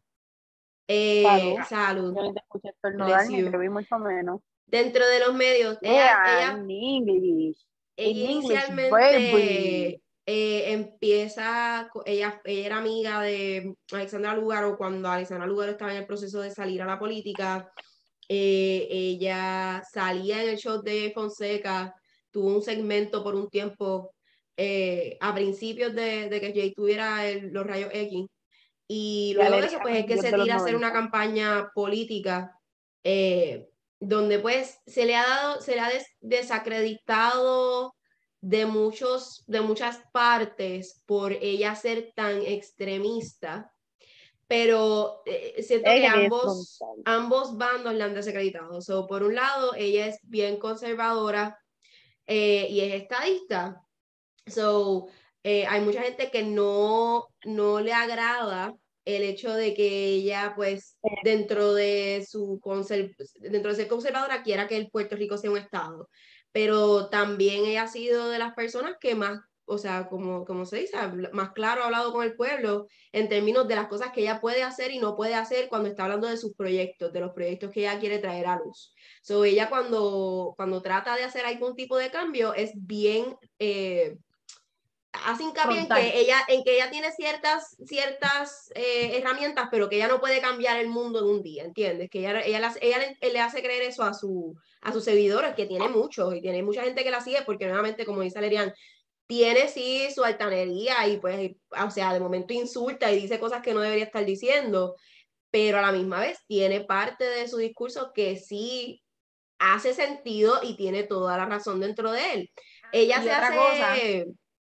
eh, salud, salud, yo ni te escuché estornudar bless ni te you. vi mucho menos. Dentro de los medios, ella, Yeah, ella in English, Ella in English, baby. inicialmente eh, empieza, co- ella, ella era amiga de Alexandra Lúgaro cuando Alexandra Lúgaro estaba en el proceso de salir a la política. Eh, ella salía en el show de Fonseca, tuvo un segmento por un tiempo eh, a principios de, de que Jay tuviera el- los rayos X. Y Y luego de eso, Valeria a pues es que principios se de los tira a hacer una noventa. campaña política eh, donde pues se le ha dado, se le ha des- desacreditado de muchos, de muchas partes por ella ser tan extremista, pero eh, siento que Ella que ella es ambos, frontal. ambos bandos la han desacreditado. So, por un lado, ella es bien conservadora eh, y es estadista. So, eh, hay mucha gente que no, no le agrada el hecho de que ella, pues, dentro de su conser- dentro de ser conservadora, quiera que el Puerto Rico sea un estado. Pero también ella ha sido de las personas que más, o sea, como, como se dice, habla- más claro ha hablado con el pueblo en términos de las cosas que ella puede hacer y no puede hacer cuando está hablando de sus proyectos, de los proyectos que ella quiere traer a luz. So, ella cuando, cuando trata de hacer algún tipo de cambio es bien... eh, hace hincapié en Frontal. que ella, en que ella tiene ciertas, ciertas eh, herramientas, pero que ella no puede cambiar el mundo en un día, ¿entiendes? Que ella, ella, ella le, le, hace creer eso a, su, a sus seguidores, que tiene muchos, y tiene mucha gente que la sigue, porque nuevamente, como dice Lerian, tiene sí su altanería, y pues, o sea, de momento insulta y dice cosas que no debería estar diciendo, pero a la misma vez tiene parte de su discurso que sí hace sentido y tiene toda la razón dentro de él. Ella Y se otra cosa, hace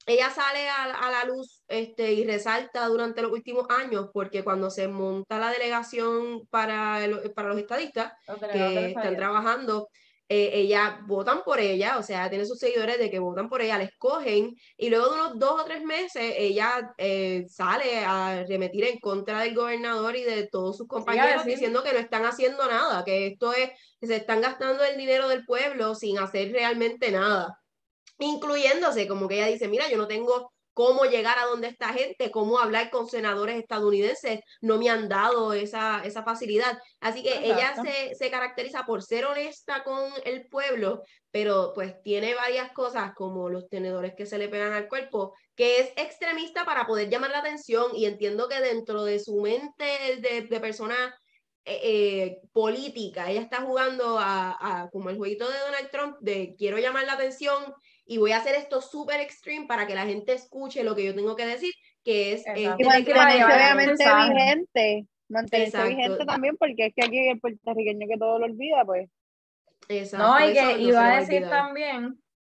ella sale a, a la luz este, y resalta durante los últimos años, porque cuando se monta la delegación para, el, para los estadistas Los delegados del que están estadio. trabajando, eh, ella votan por ella, o sea, tiene sus seguidores de que votan por ella, la escogen, y luego de unos dos o tres meses ella eh, sale a remitir en contra del gobernador y de todos sus compañeros, decir. diciendo que no están haciendo nada, que esto es, que se están gastando el dinero del pueblo sin hacer realmente nada, incluyéndose, como que ella dice, mira, yo no tengo cómo llegar a donde esta gente, cómo hablar con senadores estadounidenses, no me han dado esa, esa facilidad. Así que ella Exacto. se, se caracteriza por ser honesta con el pueblo, pero pues tiene varias cosas como los tenedores que se le pegan al cuerpo, que es extremista para poder llamar la atención, y entiendo que dentro de su mente de, de persona eh, eh, política, ella está jugando a, a como el jueguito de Donald Trump de quiero llamar la atención y voy a hacer esto súper extreme para que la gente escuche lo que yo tengo que decir, que es Exacto. este Y Sí, para mantenerse llevar el obviamente mensaje. vigente, mantenerse Exacto. vigente también, porque es que aquí el puertorriqueño que todo lo olvida, pues. Exacto, No, y eso que no se iba le va a a decir olvidar. también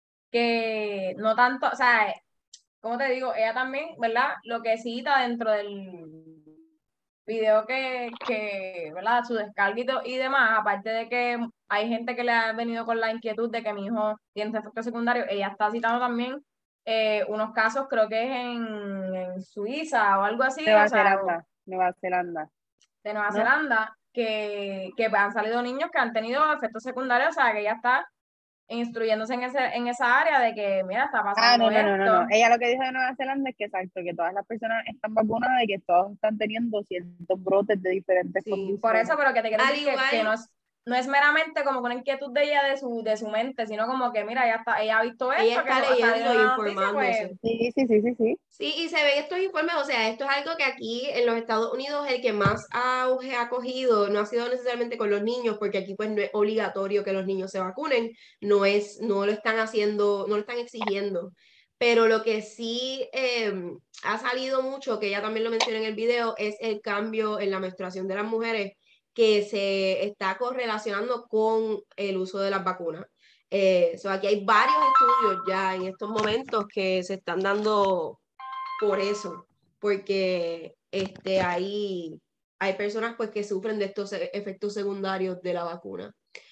que no tanto, o sea, como te digo, ella también, ¿verdad? Lo que cita dentro del video que, que, ¿verdad? Su descarguito y demás, aparte de que hay gente que le ha venido con la inquietud de que mi hijo tiene efecto secundario, ella está citando también eh, unos casos, creo que es en, en Suiza o algo así, Nueva o sea, o Zelanda, Nueva Zelanda, de Nueva ¿no? Zelanda, que, que han salido niños que han tenido efectos secundarios, o sea, que ella está instruyéndose en, ese, en esa área de que, mira, está Ah, pasando no, no, no, no, esto. no. Ella lo que dijo de Nueva Zelanda es que exacto, que todas las personas están vacunadas y que todos están teniendo ciertos brotes de diferentes Sí. Por eso, condiciones. pero que te quiero Al decir que, que no igual, es no es meramente como que una inquietud de ella de su, de su mente, sino como que, mira, ella, está, ella ha visto ella esto, que está eso ha salido leyendo en e la noticia, pues informándose. Sí, sí, sí, sí, sí. Sí, y se ven estos informes, o sea, esto es algo que aquí en los Estados Unidos el que más auge ha cogido no ha sido necesariamente con los niños, porque aquí pues no es obligatorio que los niños se vacunen, no es, no lo están haciendo, no lo están exigiendo, pero lo que sí eh, ha salido mucho, que ella también lo menciona en el video, es el cambio en la menstruación de las mujeres que se está correlacionando con el uso de las vacunas. Eh, so aquí hay varios estudios ya en estos momentos que se están dando por eso, porque este, hay, hay personas pues que sufren de estos e- efectos secundarios de la vacuna.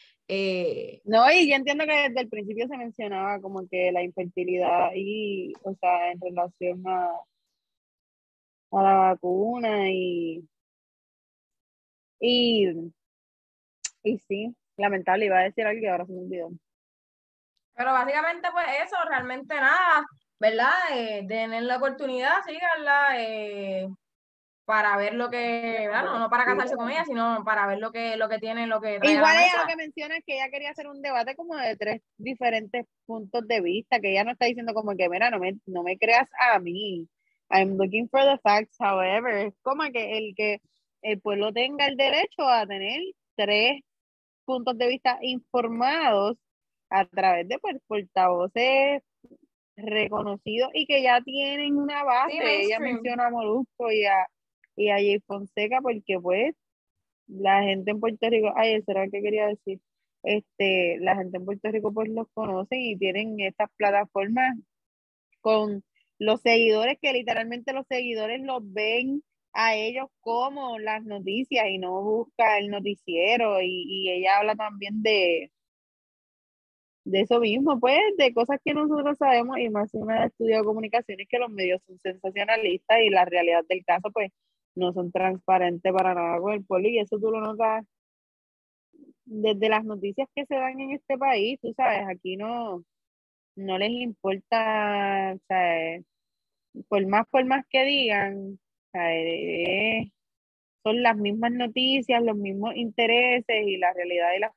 Eh, No, y yo entiendo que desde el principio se mencionaba como que la infertilidad y, o sea, en relación a, a la vacuna y, y, y sí, lamentable, iba a decir algo y ahora se me olvidó. pero básicamente pues eso, realmente nada, ¿verdad? Eh, tener la oportunidad, síganla, eh, para ver lo que, ¿verdad? No, no para Sí, casarse con ella, sino para ver lo que, lo que tiene, lo que trae a la igual mesa. ella lo que menciona es que ella quería hacer un debate como de tres diferentes puntos de vista, que ella no está diciendo como que, mira, no me, no me creas a mí. I'm looking for the facts, however. Es como que el que el pueblo tenga el derecho a tener tres puntos de vista informados a través de pues, portavoces reconocidos y que ya tienen una Sí, base. Ella mainstream. menciona a Molusco y a, y a Jay Fonseca porque pues la gente en Puerto Rico, ay, eso era lo que quería decir, este, la gente en Puerto Rico pues los conoce y tienen estas plataformas con los seguidores que literalmente los seguidores los ven a ellos como las noticias y no busca el noticiero y, y ella habla también de, de eso mismo, pues, de cosas que nosotros sabemos y más si uno ha estudiado comunicaciones que los medios son sensacionalistas y la realidad del caso pues no son transparentes para nada con el pueblo y eso tú lo notas desde las noticias que se dan en este país, tú sabes, aquí no, no les importa, o sea, por más por más que digan, o sea, eh, son las mismas noticias, los mismos intereses y la realidad de las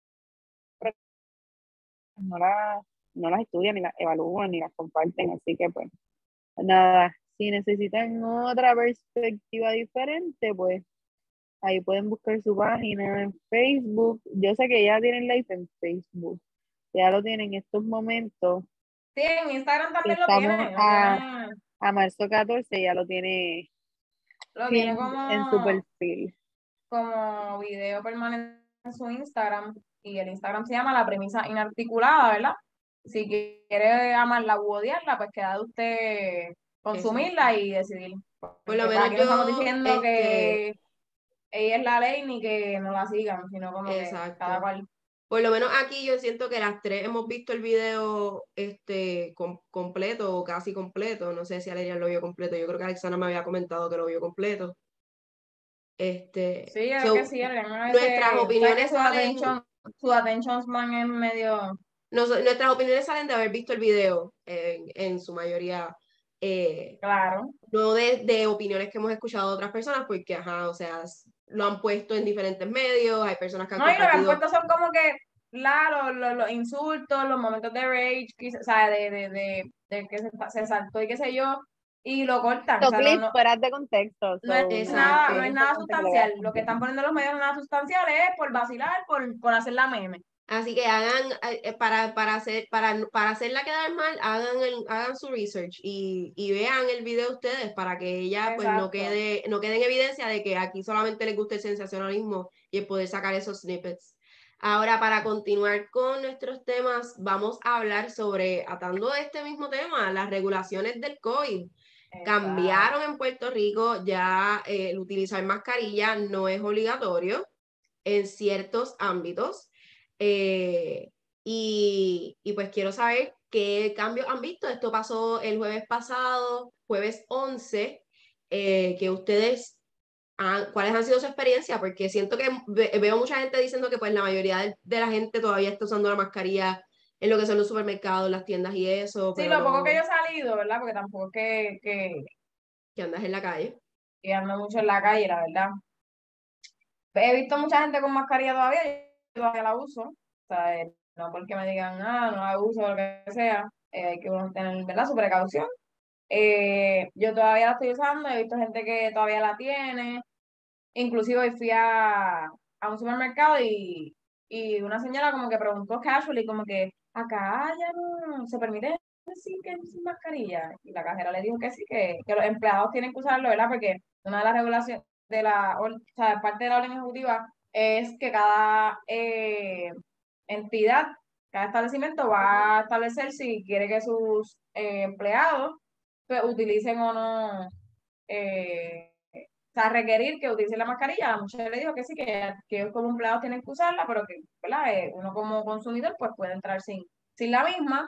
no las no las estudian ni las evalúan ni las comparten, así que pues nada, si necesitan otra perspectiva diferente, pues ahí pueden buscar su página en Facebook. Yo sé que ya tienen live en Facebook, ya lo tienen en estos momentos. Sí, en Instagram también lo Estamos tiene, lo a, tiene, a marzo catorce, ya lo tiene lo tiene pinned en su como, perfil. como video permanente en su Instagram, y el Instagram se llama La Premisa Inarticulada, ¿verdad? si quiere amarla u odiarla, pues queda de usted consumirla y decidir. Por lo Porque menos aquí no estamos yo, diciendo este, que ella es la ley ni que no la sigan, sino como que cada exacto. cual. Por lo menos aquí yo siento que las tres hemos visto el video este, com- completo o casi completo. No sé si Alerian lo vio completo. Yo creo que Alexandra me había comentado que lo vio completo. Este, Sí, yo creo que so, sí, Ariana a nuestras veces, sabes que opiniones su salen, attention, su attention span es medio, nos- nuestras opiniones salen de haber visto el video en, en su mayoría, eh, claro. no de, de opiniones que hemos escuchado de otras personas, porque, ajá, o sea, s- lo han puesto en diferentes medios, hay personas que han No, y lo que han compartido. puesto son como que, la, los, los, los insultos, los momentos de rage, quizá- o sea, de, de, de, de que se, se saltó y qué sé yo, y lo cortan, o Los sea, no, clips no, fuera de contexto, no es so, nada, es no Exacto. es nada importante que lo veas sustancial. Lo que completo. están poniendo los medios no es nada sustancial, es por vacilar, por, por hacer la meme. Así que hagan, eh, eh, para, para, hacer, para, para hacerla quedar mal, hagan, el, hagan su research y, y vean el video ustedes para que ella pues no Exacto. quede, no quede en evidencia de que aquí solamente les gusta el sensacionalismo y el poder sacar esos snippets. Ahora, para continuar con nuestros temas, vamos a hablar sobre, atando este mismo tema, las regulaciones del COVID. Cambiaron en Puerto Rico, ya eh, el utilizar mascarilla no es obligatorio en ciertos ámbitos. Eh, y, y pues quiero saber qué cambios han visto. Esto pasó el jueves pasado, jueves once, eh, que ustedes, han, ¿cuáles han sido su experiencia? Porque siento que ve, veo mucha gente diciendo que pues la mayoría de, de la gente todavía está usando la mascarilla en lo que son los supermercados, las tiendas y eso, Sí, pero lo poco que yo no he salido, ¿verdad? Porque tampoco es que, que, que andas en la calle. que ando mucho en la calle, la verdad. He visto mucha gente con mascarilla todavía, yo todavía la uso. O sea, eh, no porque me digan, ah, no la uso o lo que sea, eh, hay que uno tener, ¿verdad? Su precaución. Eh, yo todavía la estoy usando, he visto gente que todavía la tiene. Inclusive hoy fui a, a un supermercado y, y una señora como que preguntó casually, como que acá ya no se permite decir que es sin mascarilla. Y la cajera le dijo que sí, que, que los empleados tienen que usarlo, ¿verdad? Porque una de las regulaciones de la, o sea, parte de la orden ejecutiva es que cada eh, entidad, cada establecimiento va a establecer si quiere que sus eh, empleados pues, utilicen o no eh, o sea, requerir que utilice la mascarilla. La muchacha le dijo que sí, que, que ellos como empleados tienen que usarla, pero que, ¿verdad? Eh, uno como consumidor pues puede entrar sin, sin la misma.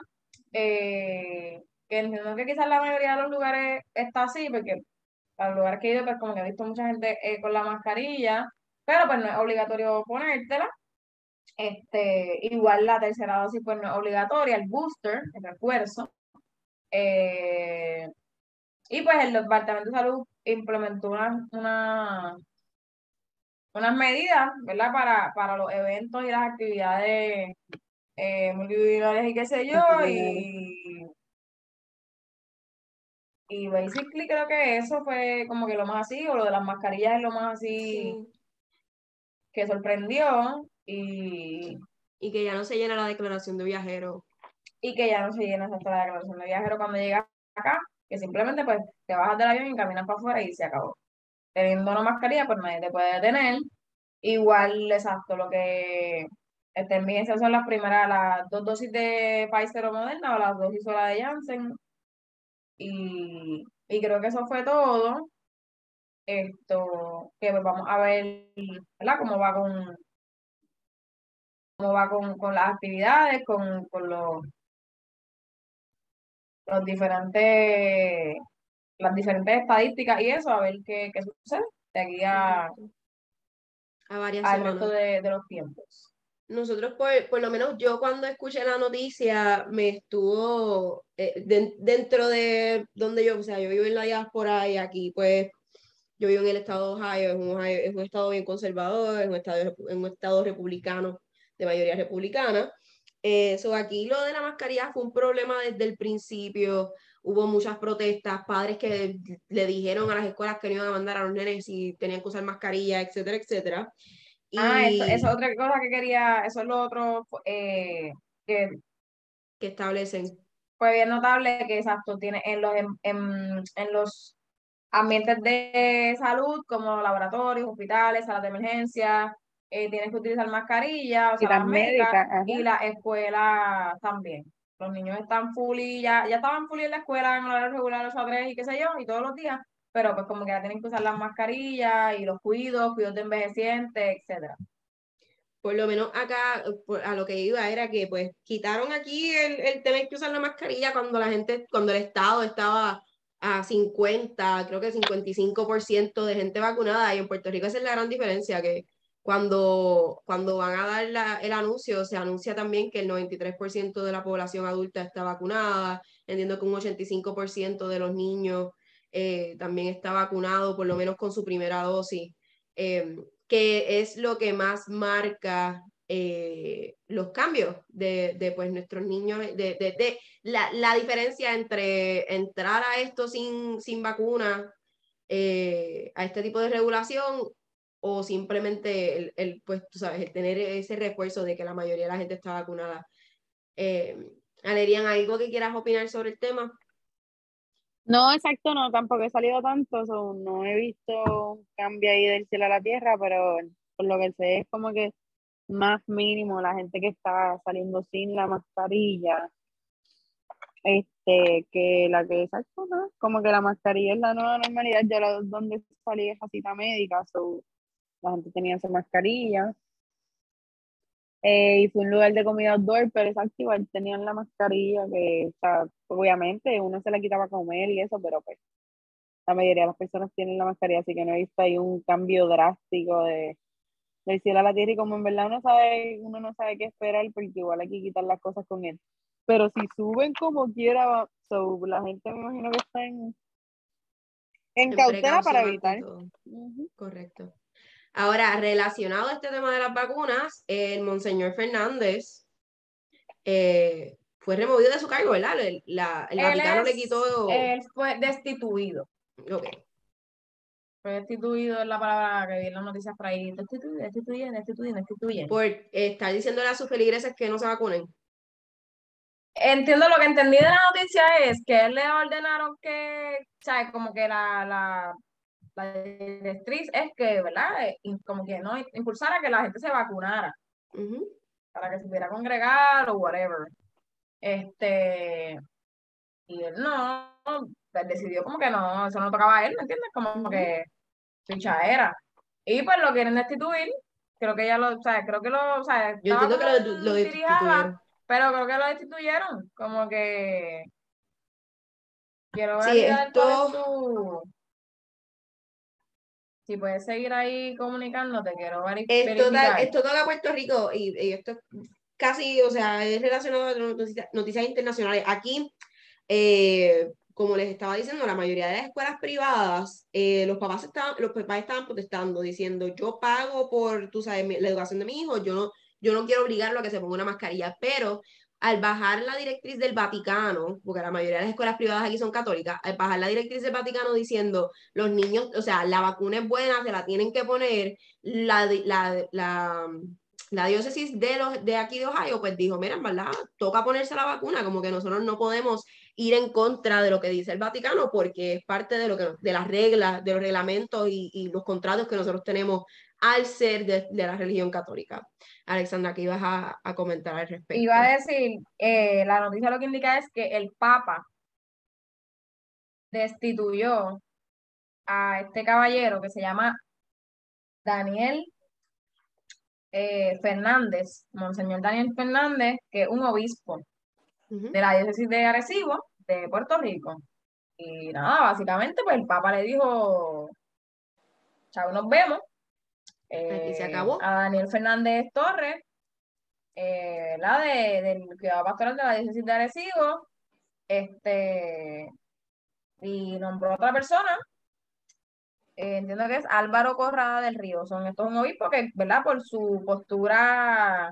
Eh, que entiendo que quizás la mayoría de los lugares está así, porque a los lugares que he ido, pues como que he visto mucha gente eh, con la mascarilla, pero pues no es obligatorio ponértela. Este, igual la tercera dosis pues no es obligatoria, el booster, el refuerzo. Eh, y pues el Departamento de Salud implementó una, una, unas medidas, ¿verdad? Para, para los eventos y las actividades eh, multitudinarias y qué sé yo. Y, y basically creo que eso fue como que lo más así, o lo de las mascarillas es lo más así Sí. que sorprendió. Y, Y que ya no se llena la declaración de viajero. y que ya no se llena esa la declaración de viajero cuando llegas acá, que simplemente pues te bajas del avión y caminas para afuera y se acabó. Teniendo una mascarilla, pues nadie te puede detener. Igual, exacto, lo que está en vigencia son las primeras, las dos dosis de Pfizer o Moderna o las dosis sola de Janssen. Y, y creo que eso fue todo. Esto, que pues vamos a ver, ¿verdad? Cómo va con, cómo va con, con las actividades, con, con los, los diferentes, las diferentes estadísticas y eso, a ver qué, qué sucede de aquí a, Exacto. A varias al resto semanas. de, de los tiempos. Nosotros, por, por lo menos yo cuando escuché la noticia, me estuvo eh, de- dentro de donde yo, o sea, yo vivo en la diáspora y aquí pues yo vivo en el estado de Ohio, es un, Ohio- es un estado bien conservador, es un estado, es un estado republicano, de mayoría republicana. Eh, so aquí lo de la mascarilla fue un problema desde el principio, hubo muchas protestas, padres que le dijeron a las escuelas que no iban a mandar a los nenes si tenían que usar mascarilla, etcétera, etcétera. Ah, eso, eso es Y otra cosa que quería, eso es lo otro eh, que que establecen. fue bien notable que exacto, tiene en los, en, en- en los ambientes de salud como laboratorios, hospitales, salas de emergencia, eh, tienes que utilizar mascarilla, o Y sea, las las médicas, médicas, ajá. y la escuela también. Los niños están full y ya, ya estaban full en la escuela en horario regular, los tres y qué sé yo, y todos los días, pero pues como que ya tienen que usar las mascarillas y los cuidos, cuidos de envejecientes, etcétera. Por lo menos acá, por- a lo que iba era que pues quitaron aquí el, el tener que usar la mascarilla cuando la gente, cuando el Estado estaba a cincuenta, creo que cincuenta y cinco por ciento de gente vacunada, y en Puerto Rico esa es la gran diferencia, que cuando, cuando van a dar la- el anuncio, se anuncia también que el noventa y tres por ciento de la población adulta está vacunada, entiendo que un ochenta y cinco por ciento de los niños eh, también está vacunado, por lo menos con su primera dosis. Eh, que es lo que más marca eh, los cambios de, de, pues, nuestros niños, de, de, de la, la, diferencia entre entrar a esto sin, sin vacuna, eh, a este tipo de regulación, o simplemente el, el, pues, tú sabes, el tener ese refuerzo de que la mayoría de la gente está vacunada. Eh, Alerian, ¿algo que quieras opinar sobre el tema? No, exacto, no, tampoco he salido tanto, so, no he visto un cambio ahí del cielo a la tierra, pero por lo que sé es como que más mínimo la gente que está saliendo sin la mascarilla, este, que la que exacto, ¿no? Como que la mascarilla es la nueva normalidad, yo la, donde salí es cita médica, so, la gente tenía su mascarilla, eh, y fue un lugar de comida outdoor, pero exacto, igual tenían la mascarilla que, o sea, obviamente uno se la quitaba a comer y eso, pero pues la mayoría de las personas tienen la mascarilla, así que no he visto ahí un cambio drástico de del cielo a la tierra, y como en verdad uno sabe, uno no sabe qué esperar, porque igual hay que quitar las cosas con él. Pero si suben como quiera, va- so, la gente me imagino que está en, en En cautela para precaución ante evitar. todo. Ujú. Correcto. Ahora, relacionado a este tema de las vacunas, el Monseñor Fernández eh, fue removido de su cargo, ¿verdad? El, la, el Él Vaticano le es, quitó. él fue destituido. Ok. Fue destituido es la palabra que vi en las noticias por ahí. Destituyen, destituyen, destituyen, destituyen. Por estar diciéndole a sus feligreses que no se vacunen. Entiendo lo que entendí de la noticia es que él le ordenaron que, ¿sabes? Como que la, la, la directriz es que, ¿verdad? Eh, y como que no impulsara que la gente se vacunara Ujú. para que se pudiera congregar o whatever. Este, y él no, pues decidió como que no, eso no tocaba a él, ¿me entiendes? Como Ujú. que era. Y pues lo quieren destituir. Creo que ya lo, o sea, creo que lo, o sea, Yo estaba entiendo que como lo, lo en tirijada, destituyeron. pero creo que lo destituyeron. Como que quiero Sí, validar cuál es esto, tu. Si puedes seguir ahí comunicándote, quiero veri- esto, da- verificar. esto toca Puerto Rico y, y esto casi, o sea, es relacionado a noticias, noticias internacionales. Aquí, eh, como les estaba diciendo, la mayoría de las escuelas privadas, eh, los papás estaban, los papás estaban protestando, diciendo, yo pago por, tú sabes, mi- la educación de mi hijo, yo no, yo no quiero obligarlo a que se ponga una mascarilla, pero al bajar la directriz del Vaticano, porque la mayoría de las escuelas privadas aquí son católicas, al bajar la directriz del Vaticano diciendo, los niños, o sea, la vacuna es buena, se la tienen que poner, la, la, la, la diócesis de, los, de aquí de Ohio, pues dijo, mira, en verdad, toca ponerse la vacuna, como que nosotros no podemos ir en contra de lo que dice el Vaticano, porque es parte de, lo que, de las reglas, de los reglamentos y, y los contratos que nosotros tenemos al ser de, de la religión católica. Alexandra, ¿qué ibas a, a comentar al Iba respecto? a decir, eh, la noticia lo que indica es que el Papa destituyó a este caballero que se llama Daniel eh, Fernández, Monseñor Daniel Fernández, que es un obispo Uh -huh. de la diócesis de Arecibo, de Puerto Rico. Y nada, básicamente, pues el Papa le dijo, chao, nos vemos. Aquí se Eh, acabó. a Daniel Fernández Torres, eh, la de, del cuidado pastoral de la diócesis de Arecibo, este, y nombró a otra persona, eh, entiendo que es Álvaro Corrada del Río. Son estos un obispo que, ¿verdad? Por su postura,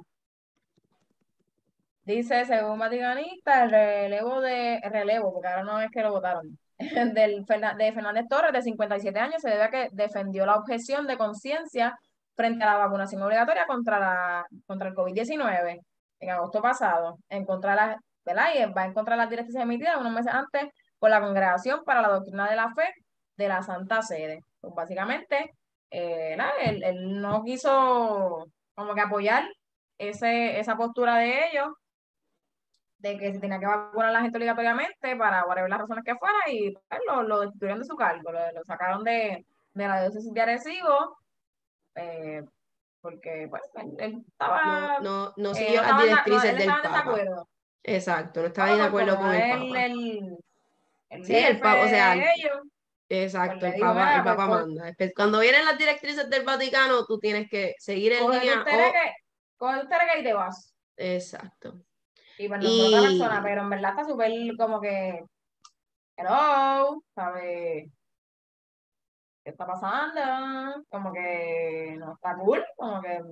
dice, según Vaticanista, el relevo de, el relevo, porque ahora no es que lo votaron, del, Ferna- de Fernández Torres, de cincuenta y siete años, se debe a que defendió la objeción de conciencia frente a la vacunación obligatoria contra, la, contra el COVID diecinueve en agosto pasado, en contra de las, ¿verdad? Y va en contra de las directrices emitidas unos meses antes por la Congregación para la Doctrina de la Fe de la Santa Sede. Pues básicamente, eh, ¿verdad? Él, él no quiso como que apoyar ese, esa postura de ellos, de que se tenía que vacunar a la gente obligatoriamente para whatever las razones que fuera, y pues, lo, lo destituyeron de su cargo, lo, lo sacaron de, de la diócesis de Arecibo, eh, porque pues él, él No, estaba, no, no eh, siguió no las estaba, en la- no, directrices él del estaba en Papa. desacuerdo. Exacto, no estaba Bueno, de pues acuerdo como con el él, Papa. el, el Sí, el jefe Papa, o sea, de ellos, pues exacto, le el dijo, Papa, el mira, pues Papa co- manda. Espe- Cuando vienen las directrices del Vaticano, tú tienes que seguir en coge tu línea o... tereque, coge tu tereque y te vas. Exacto. Y pues nombró otra persona, Y pero en verdad está súper como que, hello, ¿sabes? ¿Qué está pasando? Como que no está cool, como que,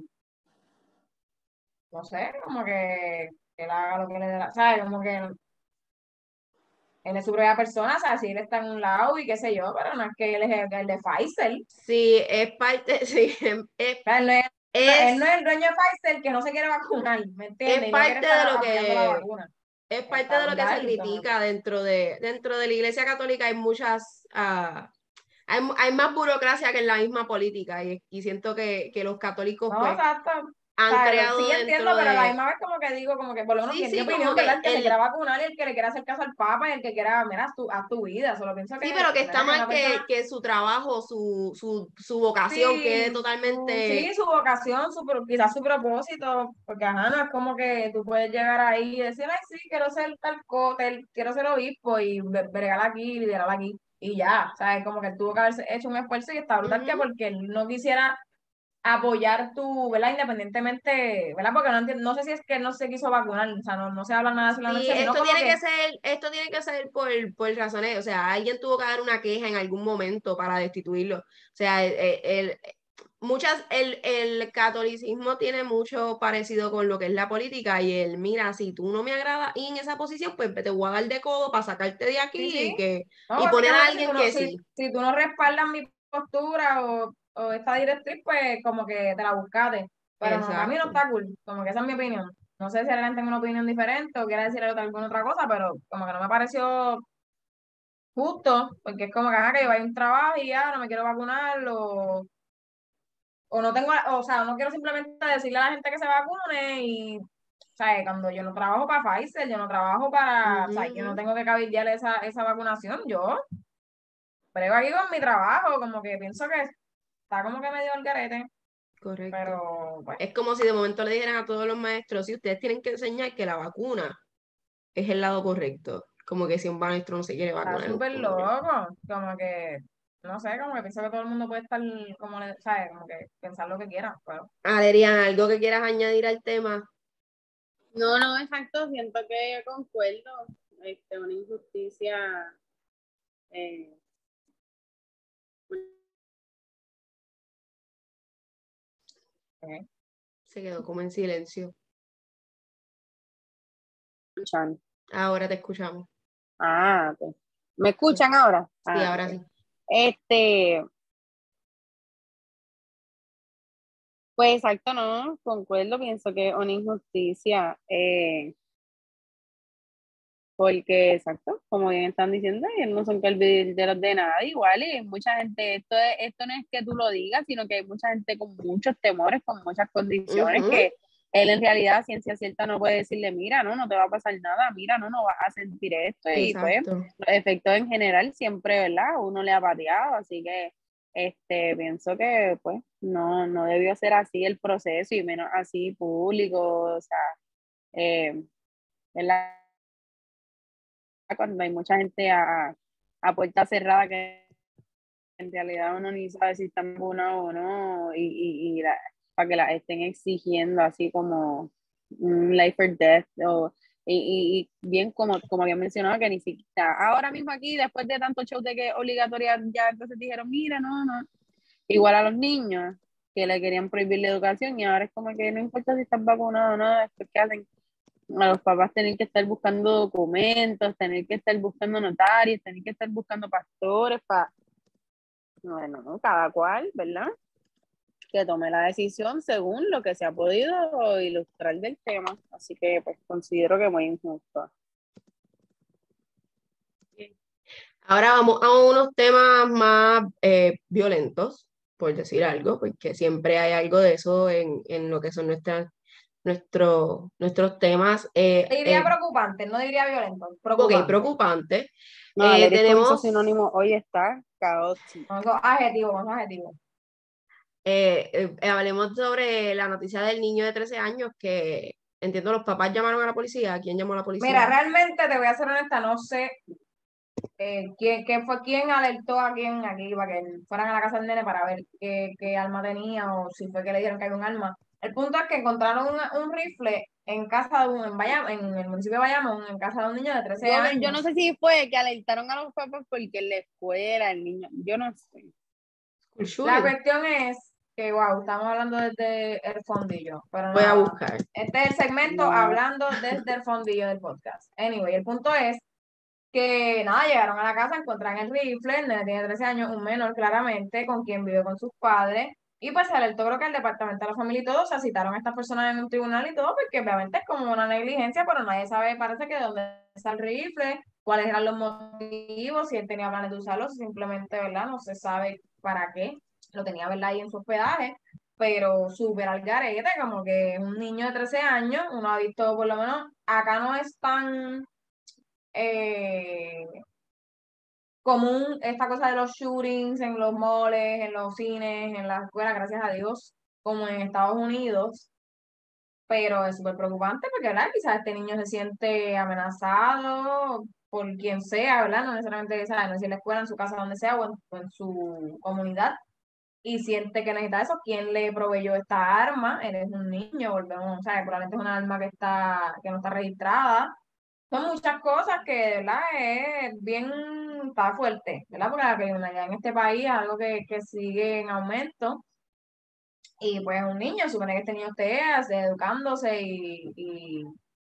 no sé, como que, que él haga lo que le dé la, ¿sabes? Como que él es su propia persona, o sea, si él está en un lado y qué sé yo, pero no es que él es el, el de Pfizer. sí, es parte, sí, es, O sea, él no es, él no es, es el dueño de Pfizer que no se quiere vacunar, ¿me es entiendes? Y no quiere parte de estar lo apoyando la que vacuna. es parte Está de lo que se brutal, como que, critica dentro de, dentro de la Iglesia Católica. Hay muchas, ah, hay, hay más burocracia que en la misma política y, y siento que, que los católicos no, pues exacto. O han sea, lo- sí creado entiendo, dentro pero a la de, misma vez como que digo, como que por lo menos sí, mi, mi sí, como opinión, ¿verdad? que El que se quiera el, vacunar y el que le quiera hacer caso al Papa y el que quiera, mira, haz tu, haz tu vida. Solo pienso sí, que, pero que está mira, que mal una persona, que, que su trabajo, su, su, su vocación sí, quede su, sí, totalmente, su vocación, su, pro- quizás su propósito, porque ajá, no es como que tú puedes llegar ahí y decir, ay, sí, quiero ser tal cosa, quiero ser obispo y bre- bregar aquí, liderar aquí, y ya, ¿sabes? Como que él tuvo que haber hecho un esfuerzo y está brutal que ujú. porque él no quisiera apoyar tu, ¿verdad? Independientemente, ¿verdad? Porque no, entiendo- no sé si es que no se quiso vacunar, o sea, no, no se habla nada de eso en la Sí, noticia, sino esto como tiene que, que ser, esto tiene que ser por, por razones, o sea, alguien tuvo que dar una queja en algún momento para destituirlo. O sea, el, el- muchas, el, el catolicismo tiene mucho parecido con lo que es la política y el, mira, si tú no me agradas en esa posición, pues te voy a dar de codo para sacarte de sí, aquí y, sí, que, no, y poner a básicamente si tú alguien no, que si, sí. si tú no respaldas mi postura o, o esta directriz, pues como que te la buscaste, pero no, para mí no Exacto. está cool, como que esa es mi opinión. No sé si alguien tenga una opinión diferente o quiera decir otra- alguna otra cosa, pero como que no me pareció justo, porque es como que, ajá, que yo vaya a un trabajo y ya no me quiero vacunar o o no tengo, o sea, no quiero simplemente decirle a la gente que se vacune y, o sea, cuando yo no trabajo para Pfizer, yo no trabajo para, o Ujú, sea, yo no ujú. tengo que cabildear esa, esa vacunación, yo brego aquí con mi trabajo, como que pienso que está como que medio al garete, Correcto. pero, pues, Es como si de momento le dijeran a todos los maestros, si ustedes tienen que enseñar que la vacuna es el lado correcto. Como que si un maestro no se quiere está vacunar, súper como que... loco, como que, no sé, como que pienso que todo el mundo puede estar, como, le- ¿sabes? Como que pensar lo que quiera, pero, Adrián, ¿algo que quieras añadir al tema? No, no, exacto, siento que concuerdo. Este, una injusticia. eh, ¿eh? Se quedó como en silencio. escuchan. Ahora te escuchamos. Ah, ok. ¿Me escuchan ahora? Sí, Ah, ahora ok. sí. Este, pues exacto, no, concuerdo, pienso que es una injusticia, eh, porque exacto, como bien están diciendo, ellos no son carpinteros de nada, igual, y hay mucha gente, esto, es- esto no es que tú lo digas, sino que hay mucha gente con muchos temores, con muchas condiciones, Ujú, que él en realidad, a ciencia cierta, no puede decirle, mira, no, no te va a pasar nada, mira, no, no vas a sentir esto, y pues exacto. los efectos en general siempre, ¿verdad? Uno le ha pateado, así que este, pienso que pues no, no debió ser así el proceso, y menos así público, o sea, eh, ¿verdad? Cuando hay mucha gente a, a puerta cerrada que en realidad uno ni sabe si están vacunados o no, y, y, y la- para que la estén exigiendo así como un life or death, o, y, y, y bien como, como había mencionado, que ni siquiera ahora mismo aquí, después de tanto show de que obligatoria, ya entonces dijeron, mira, no, no, igual a los niños que le querían prohibir la educación, y ahora es como que no importa si estás vacunado o no, después que hacen a los papás tener que estar buscando documentos, tener que estar buscando notarios, tener que estar buscando pastores para, bueno, ¿no? Cada cual, ¿verdad? Que tome la decisión según lo que se ha podido ilustrar del tema. Así que pues considero que muy injusto. Ahora vamos a unos temas más eh, violentos. por decir algo, porque siempre hay algo de eso en, en lo que son nuestras, nuestro, nuestros temas. Eh, Diría eh, preocupante, no diría violento, ok, preocupante. preocupante. No, Eh, Valeria con esos tenemos, sinónimos hoy está caótico. Con esos adjetivos, con esos adjetivos. eh, eh, hablemos sobre la noticia del niño de trece años que entiendo los papás llamaron a la policía. ¿Quién llamó a la policía? Mira, realmente te voy a ser honesta, no sé eh, quién, quién fue quién alertó a quién aquí para que fueran a la casa del nene para ver qué, qué arma tenía o si fue que le dijeron que había un arma. El punto es que encontraron un, un rifle en casa de un, en, Bayam- en el municipio de Bayamón, en casa de un niño de trece Yo, años. yo no sé si fue que alertaron a los papás porque en la escuela el niño, yo no sé. El La shooting. cuestión es que, wow, estamos hablando desde el fondillo, pero Voy a nada, buscar. este es el segmento No. hablando desde el fondillo del podcast. Anyway, el punto es que nada, llegaron a la casa, encuentran el rifle, el nene tiene trece años, un menor claramente, con quien vive con sus padres, y pues se alertó creo que el departamento de la familia y todo, o sea, citaron a estas personas en un tribunal y todo, porque obviamente es como una negligencia, pero nadie sabe, parece que de dónde está el rifle, cuáles eran los motivos, si él tenía planes de usarlo, si simplemente, ¿verdad? No se sabe para qué, lo tenía, ¿verdad? Ahí en su hospedaje, pero súper al garete, como que un niño de trece años, uno ha visto por lo menos, acá no es tan eh, común esta cosa de los shootings en los moles, en los cines, en las escuelas, gracias a Dios, como en Estados Unidos, pero es súper preocupante porque, ¿verdad? Quizás este niño se siente amenazado por quien sea, ¿verdad? No necesariamente, ¿sabes? No es en la escuela, en su casa, donde sea, o en, o en su comunidad, y siente que necesita eso. ¿Quién le proveyó esta arma? Él es un niño, volvemos, ¿sabes? Probablemente es una arma que está, que no está registrada. Son muchas cosas que, de ¿verdad? Es bien, está fuerte, ¿verdad? Porque la criminalidad en este país es algo que, que sigue en aumento. Y pues un niño, supone que este niño esté así, educándose y, y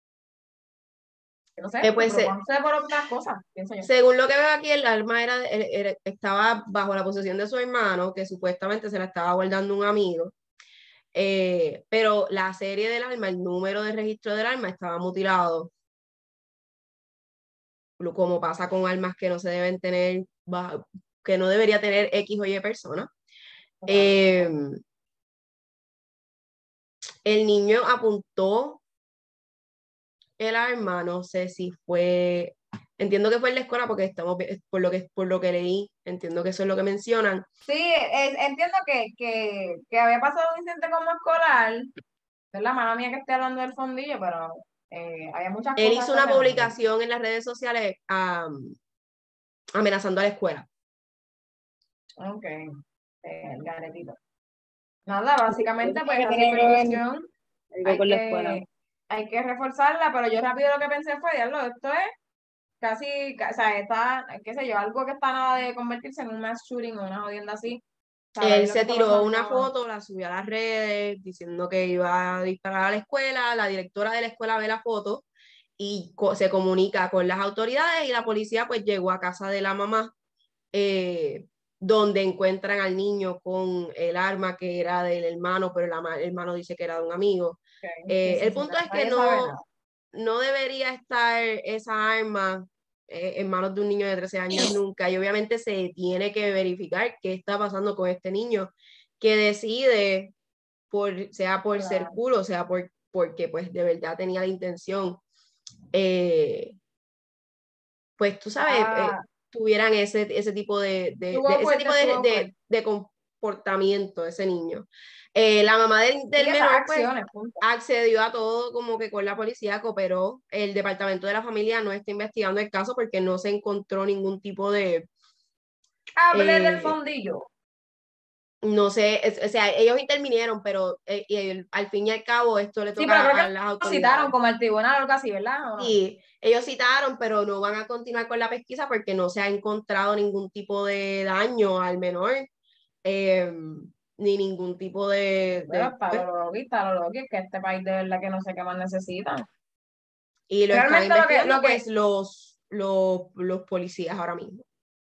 no sé, Eh, pues eh, preocupándose por otras cosas, pienso yo. según lo que veo aquí, el arma era, era- era- estaba bajo la posesión de su hermano, que supuestamente se la estaba guardando un amigo. Eh, pero la serie del arma, el número de registro del arma estaba mutilado, lo- como pasa con armas que no se deben tener, ba- que no debería tener X o Y persona. Eh, el niño apuntó el arma, no sé si fue, entiendo que fue en la escuela porque estamos, vi- por lo que, por lo que leí, entiendo que eso es lo que mencionan. Sí, es- entiendo que, que, que había pasado un incidente como escolar, es la mala mía que esté hablando del fondillo, pero eh, había muchas Él cosas hizo una alrededor. publicación en las redes sociales am, amenazando a la escuela. Ok, eh, el garetito. Nada, básicamente, pues Que esa tiene que ver supervisión algo hay con la escuela. que, hay que reforzarla, pero yo rápido lo que pensé fue, diablo, esto es casi, ca- o sea, está, qué sé yo, algo que está nada de convertirse en un mass shooting o una jodienda así. Saber Él lo que se está tiró una pasando. foto, la subió a las redes diciendo que iba a disparar a la escuela. La directora de la escuela ve la foto y co- se comunica con las autoridades y la policía pues llegó a casa de la mamá, eh, donde encuentran al niño con el arma que era del hermano, pero el, ama- el hermano dice que era de un amigo. Ok, sí, Eh, sí, el sí, punto es que nadie sabe nada. no, no debería estar esa arma eh, en manos de un niño de trece años nunca, y obviamente se tiene que verificar qué está pasando con este niño que decide, por, sea por ser Claro. cool o sea por, porque pues de verdad tenía la intención, eh, pues tú sabes, eh, Ah, tuvieran ese, ese tipo de, de, de- estuvo ese fuerte, tipo de, estuvo de, fuerte. de comportamiento de ese niño. Eh, la mamá del, Sí, del esas menor pues acciones, punto. accedió a todo como que con la policía, cooperó. El departamento de la familia no está investigando el caso porque no se encontró ningún tipo de, Hable del eh, fondillo. no sé, es- o sea, ellos intervinieron, pero eh, y el- al fin y al cabo esto le Sí, pero toca creo a que las lo citaron autoridades. como al tribunal o algo así, ¿verdad? ¿O no? Sí, ellos citaron, pero no van a continuar con la pesquisa porque no se ha encontrado ningún tipo de daño al menor, eh, ni ningún tipo de, Bueno, de, está pues, lo loco, está lo loco, es que este país de verdad que no sé qué más necesita. y lo están Realmente lo que, investigando lo que, pues los, los, los policías ahora mismo.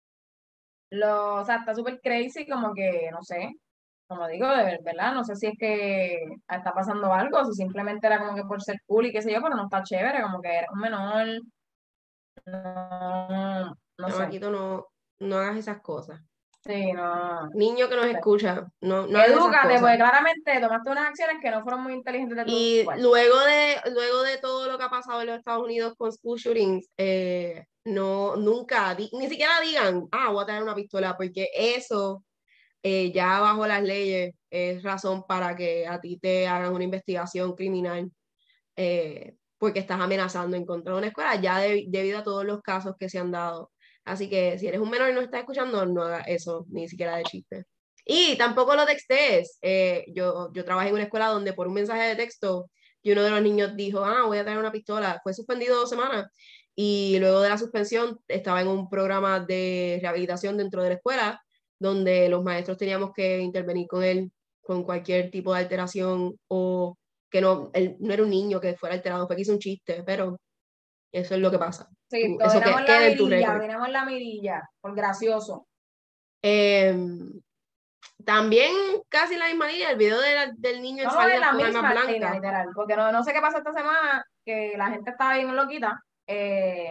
lo, o sea, está súper crazy, como que, no sé, como digo, de verdad, no sé si es que está pasando algo, o si simplemente era como que por ser cool y qué sé yo, pero no está chévere, como que era un menor, no, no sé. Chamaquito, no, no hagas esas cosas. Sí, no. Niño que nos escucha, no, no hagan esas Edúcate, cosas. porque claramente tomaste unas acciones que no fueron muy inteligentes de tu Y parte. luego de, luego de todo lo que ha pasado en los Estados Unidos con school shootings, eh, no, nunca, di- ni siquiera digan, ah, voy a tener una pistola, porque eso eh, ya bajo las leyes es razón para que a ti te hagan una investigación criminal, eh, porque estás amenazando en contra de una escuela, ya de- debido a todos los casos que se han dado. Así que si eres un menor y no estás escuchando, no hagas eso, ni siquiera de chiste. Y tampoco lo textees. Eh, yo, yo trabajé en una escuela donde por un mensaje de texto y uno de los niños dijo, ah, voy a tener una pistola. Fue suspendido dos semanas y luego de la suspensión estaba en un programa de rehabilitación dentro de la escuela donde los maestros teníamos que intervenir con él con cualquier tipo de alteración o que no, él no era un niño que fuera alterado, fue que hizo un chiste, pero eso es lo que pasa. Sí, Tú, lo eso tenemos que, en la queda en tu mirilla, lo récord. tenemos en la mirilla, por gracioso. Eh, También casi en la misma línea, el video de la- del niño en No, no, en Salinas la con armas misma línea, blancas. literal, porque no, no sé qué pasó esta semana, que la gente estaba bien loquita. Eh,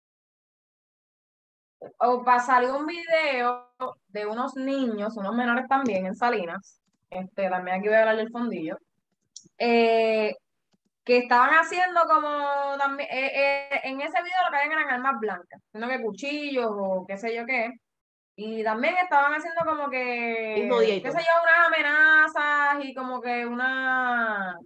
o pa- salió un video de unos niños, unos menores también en Salinas, este, también aquí voy a hablar del fondillo, eh, que estaban haciendo como también, eh, eh, en ese video lo que habían eran armas blancas, sino que cuchillos o qué sé yo qué, y también estaban haciendo como Mismo que, día y qué sé todo. yo, unas amenazas y como que una,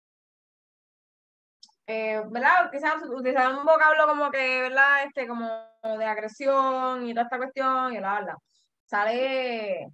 eh, ¿verdad? Quizás utilizar un vocablo como que, ¿verdad? Este, como de agresión y toda esta cuestión y la verdad. Sale,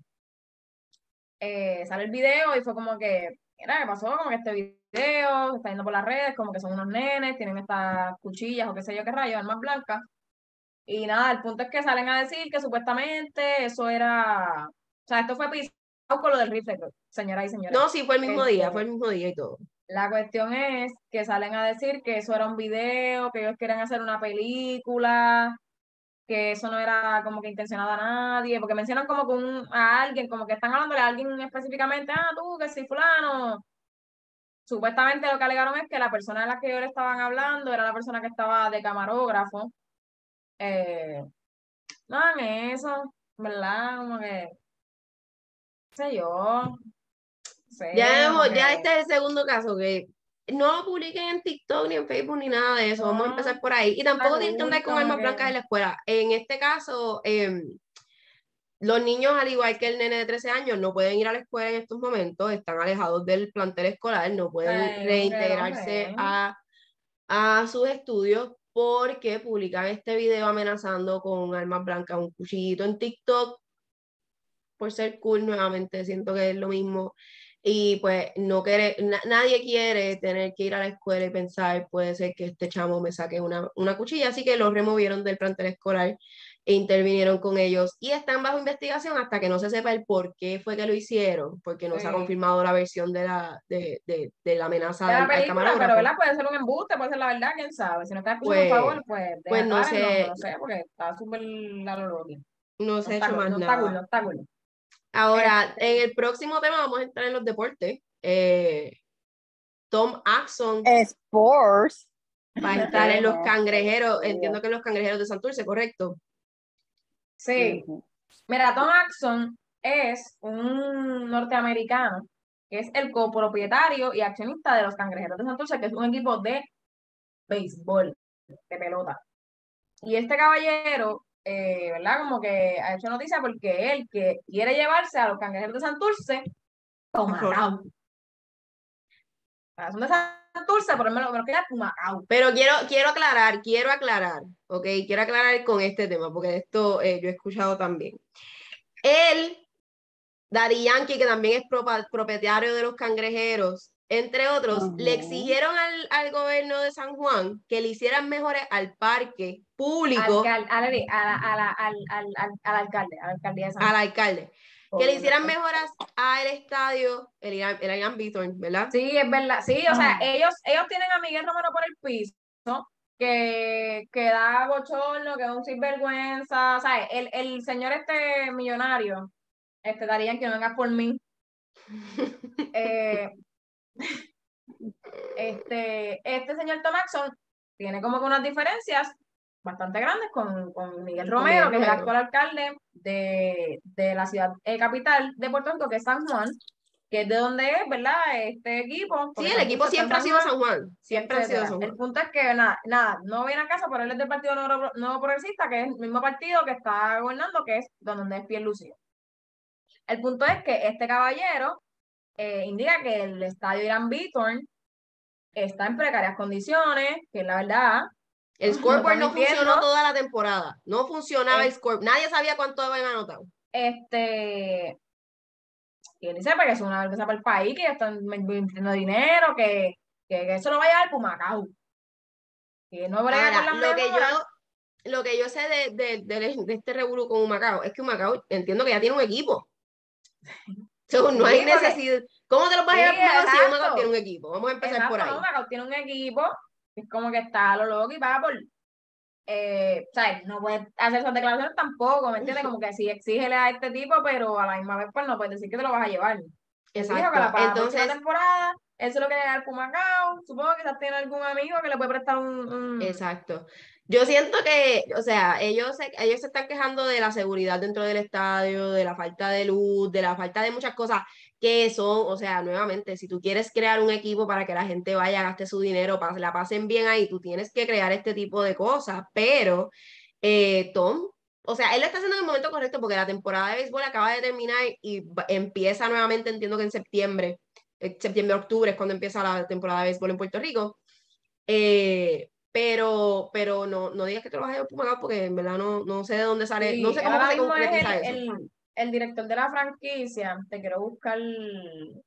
eh, sale el video y fue como que, mira, ¿qué pasó? Como que este video se está yendo por las redes, como que son unos nenes, tienen estas cuchillas o qué sé yo qué rayos, armas blancas. Y nada, el punto es que salen a decir que supuestamente eso era, o sea, esto fue pisado con lo del rifle, señoras y señores. No, sí, fue el mismo día, fue Este, el mismo día y todo. la cuestión es que salen a decir que eso era un video, que ellos quieren hacer una película, que eso no era como que intencionado a nadie, porque mencionan como con un, a alguien, como que están hablándole a alguien específicamente, ah, tú, que sí, fulano. Supuestamente lo que alegaron es que la persona de la que ellos le estaban hablando era la persona que estaba de camarógrafo. Eh, no hagan eso, ¿verdad? Como que, qué sé yo, no sé, Ya, como hemos- ya que, este es el segundo caso, que no lo publiquen en TikTok ni en Facebook ni nada de eso. Vamos a no, empezar por ahí. Y está tampoco tienen que cool, andar con como armas que, blancas en la escuela. En este caso, eh, los niños, al igual que el nene de trece años, no pueden ir a la escuela en estos momentos, están alejados del plantel escolar, no pueden ay, como que no reintegrarse sé. a, a sus estudios porque publican este video amenazando con armas blancas, un cuchillito en TikTok por ser cool nuevamente, siento que es lo mismo. Y pues no quiere, na- nadie quiere tener que ir a la escuela y pensar, puede ser que este chamo me saque una, una cuchilla, así que los removieron del plantel escolar e intervinieron con ellos y están bajo investigación hasta que no se sepa el por qué fue que lo hicieron, porque no se ha Sí. confirmado la versión de la, de, de, de la amenaza De la al, al película, pero camarógrafo. ¿verdad? Puede ser un embuste, puede ser la verdad, quién sabe. Si no estás escuchando, por Pues, favor, pues pues deja no aclarar el nombre, se, no sé, porque está súper largo. no No se ha está hecho cool, más no está cool, nada. no está cool. Ahora, Este, en el próximo tema vamos a entrar en los deportes. Eh, Tom Axon Sports. va a estar en los cangrejeros, entiendo que en los cangrejeros de Santurce, ¿correcto? sí, Ujú. mira, Tom Axon es un norteamericano que es el copropietario y accionista de los Cangrejeros de Santurce, que es un equipo de béisbol, de pelota. Y este caballero, eh, ¿verdad? Como que ha hecho noticia porque él que quiere llevarse a los Cangrejeros de Santurce, Horror. Macao. Son de Santurce, pero me lo, me lo queda Macao. Pero quiero, quiero aclarar, quiero aclarar, ¿ok? Quiero aclarar con este tema, porque de esto eh, yo he escuchado también. Él, Daddy Yankee, que también es propa- propietario de los cangrejeros, entre otros, le Ujú. exigieron al, al gobierno de San Juan que le hicieran mejores al parque público, Alcal, a la- a la- a la- al, al, al, al alcalde, a la alcaldía de San al Juan. alcalde, que le hicieran mejoras al estadio, el Irán, el Irán Bithorn, ¿verdad? Sí, es verdad. Sí, o sea, Ah. ellos, ellos tienen a Miguel Romero por el piso, que, que da bochorno, que es un sinvergüenza. O sea, el, el señor este millonario, este darían que no vengas por mí. Eh, este, este señor Tomaxon tiene como que unas diferencias bastante grandes con, con Miguel Romero, Miguel que es el Romero. actual alcalde de, de la ciudad eh, capital de Puerto Rico, que es San Juan, que es de donde es, ¿verdad? Este equipo. Sí, porque el equipo Santurce está en siempre ha San sido Juan, San Juan, siempre ha sido etcétera. San El Juan. punto es que nada, nada, no viene a casa, pero él es del Partido Nuevo, Nuevo Progresista, que es el mismo partido que está gobernando, que es donde es Pierluisi. El punto es que este caballero eh, indica que el estadio Irán Bithorn está en precarias condiciones, que es la verdad. El No scoreboard están no funcionó mintiendo. toda la temporada. No funcionaba el Es- scoreboard. Nadie sabía cuánto habían anotado. Este, y él dice pues, que es una vergüenza para el país, que ya están invirtiendo dinero, que, que, que eso lo vaya al Pumacao. Que no brega con Ahora, las lo que yo, mejoras. lo que yo sé de, de, de, de este revolú con Humacao es que Humacao entiendo que ya tiene un equipo. So, no hay Sí, porque, necesidad. ¿Cómo te los vas a sí, llevar a Humacao si Humacao tiene exacto. un equipo? Vamos a empezar por Exacto, ahí. no, Macao tiene un equipo, que es como que está a lo loco y va por, eh, ¿sabes? No puedes hacer esas declaraciones tampoco, ¿me entiendes? Como que sí, exígele a este tipo, pero a la misma vez, pues no puedes decir que te lo vas a llevar. Él dijo que la, Exacto. para la próxima Entonces, temporada, él se lo quiere llevar al Pumacao. Supongo que quizás tiene algún amigo que le puede prestar un. un... exacto. Yo siento que, o sea, ellos se, ellos se están quejando de la seguridad dentro del estadio, de la falta de luz, de la falta de muchas cosas que son, o sea, nuevamente, si tú quieres crear un equipo para que la gente vaya, gaste su dinero, pas- la pasen bien ahí, tú tienes que crear este tipo de cosas, pero eh, Tom, o sea, él lo está haciendo en el momento correcto porque la temporada de béisbol acaba de terminar y va- empieza nuevamente, entiendo que en septiembre, eh, septiembre-octubre es cuando empieza la temporada de béisbol en Puerto Rico. Eh, pero, pero no, no digas que te lo vas a llevar Pumacao porque en verdad no, no sé de dónde sale, no Sí, sé él cómo que ahora se mismo es el, concretiza eso. el, el director de la franquicia. Te quiero buscar el,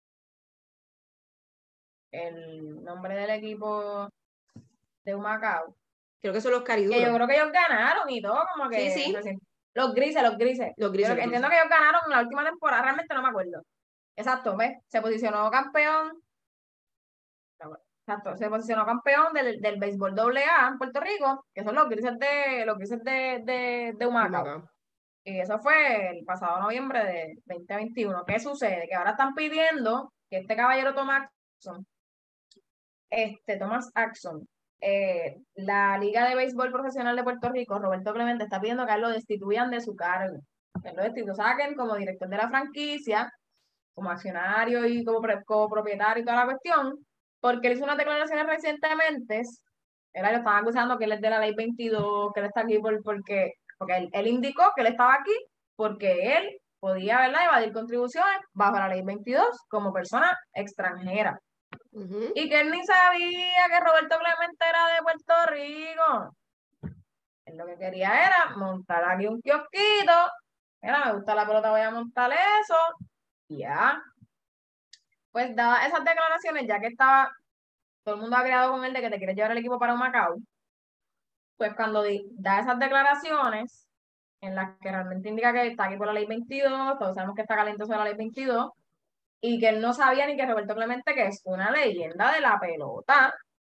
el nombre del equipo de Humacao. Creo que son los Que yo cariduros. creo que ellos ganaron y todo, como Sí, que sí, recién- los grises, los grises. los Yo grises, creo los que- entiendo grises. que ellos ganaron en la última temporada, realmente no me acuerdo. Exacto, ¿ves? Se posicionó campeón, exacto, se posicionó campeón del, del béisbol doble A en Puerto Rico, que son los grises de, los grises de, de, de Humacao. Humacao. Y eso fue el pasado noviembre de veinte veintiuno. ¿Qué sucede? Que ahora están pidiendo que este caballero Thomas Axon, este Thomas Axon, eh, la Liga de Béisbol Profesional de Puerto Rico, Roberto Clemente, está pidiendo que a él lo destituyan de su cargo. Que él lo destituyan, saquen como director de la franquicia, como accionario y como, como propietario y toda la cuestión, porque él hizo unas declaraciones recientemente. Él lo estaban acusando que él es de la ley veintidós, que él está aquí por, porque, porque él, él indicó que él estaba aquí porque él podía, ¿verdad?, evadir contribuciones bajo la ley veintidós como persona extranjera. Uh-huh. Y que él ni sabía que Roberto Clemente era de Puerto Rico. Él lo que quería era montar aquí un kiosquito. Mira, me gusta la pelota, voy a montar eso. Y ya. Pues daba esas declaraciones, ya que estaba, todo el mundo ha creado con él de que te quieres llevar el equipo para un Macao. Pues cuando di, da esas declaraciones, en las que realmente indica que está aquí por la ley veintidós, todos sabemos que está caliente sobre la ley veintidós, y que él no sabía ni que Roberto Clemente, que es una leyenda de la pelota,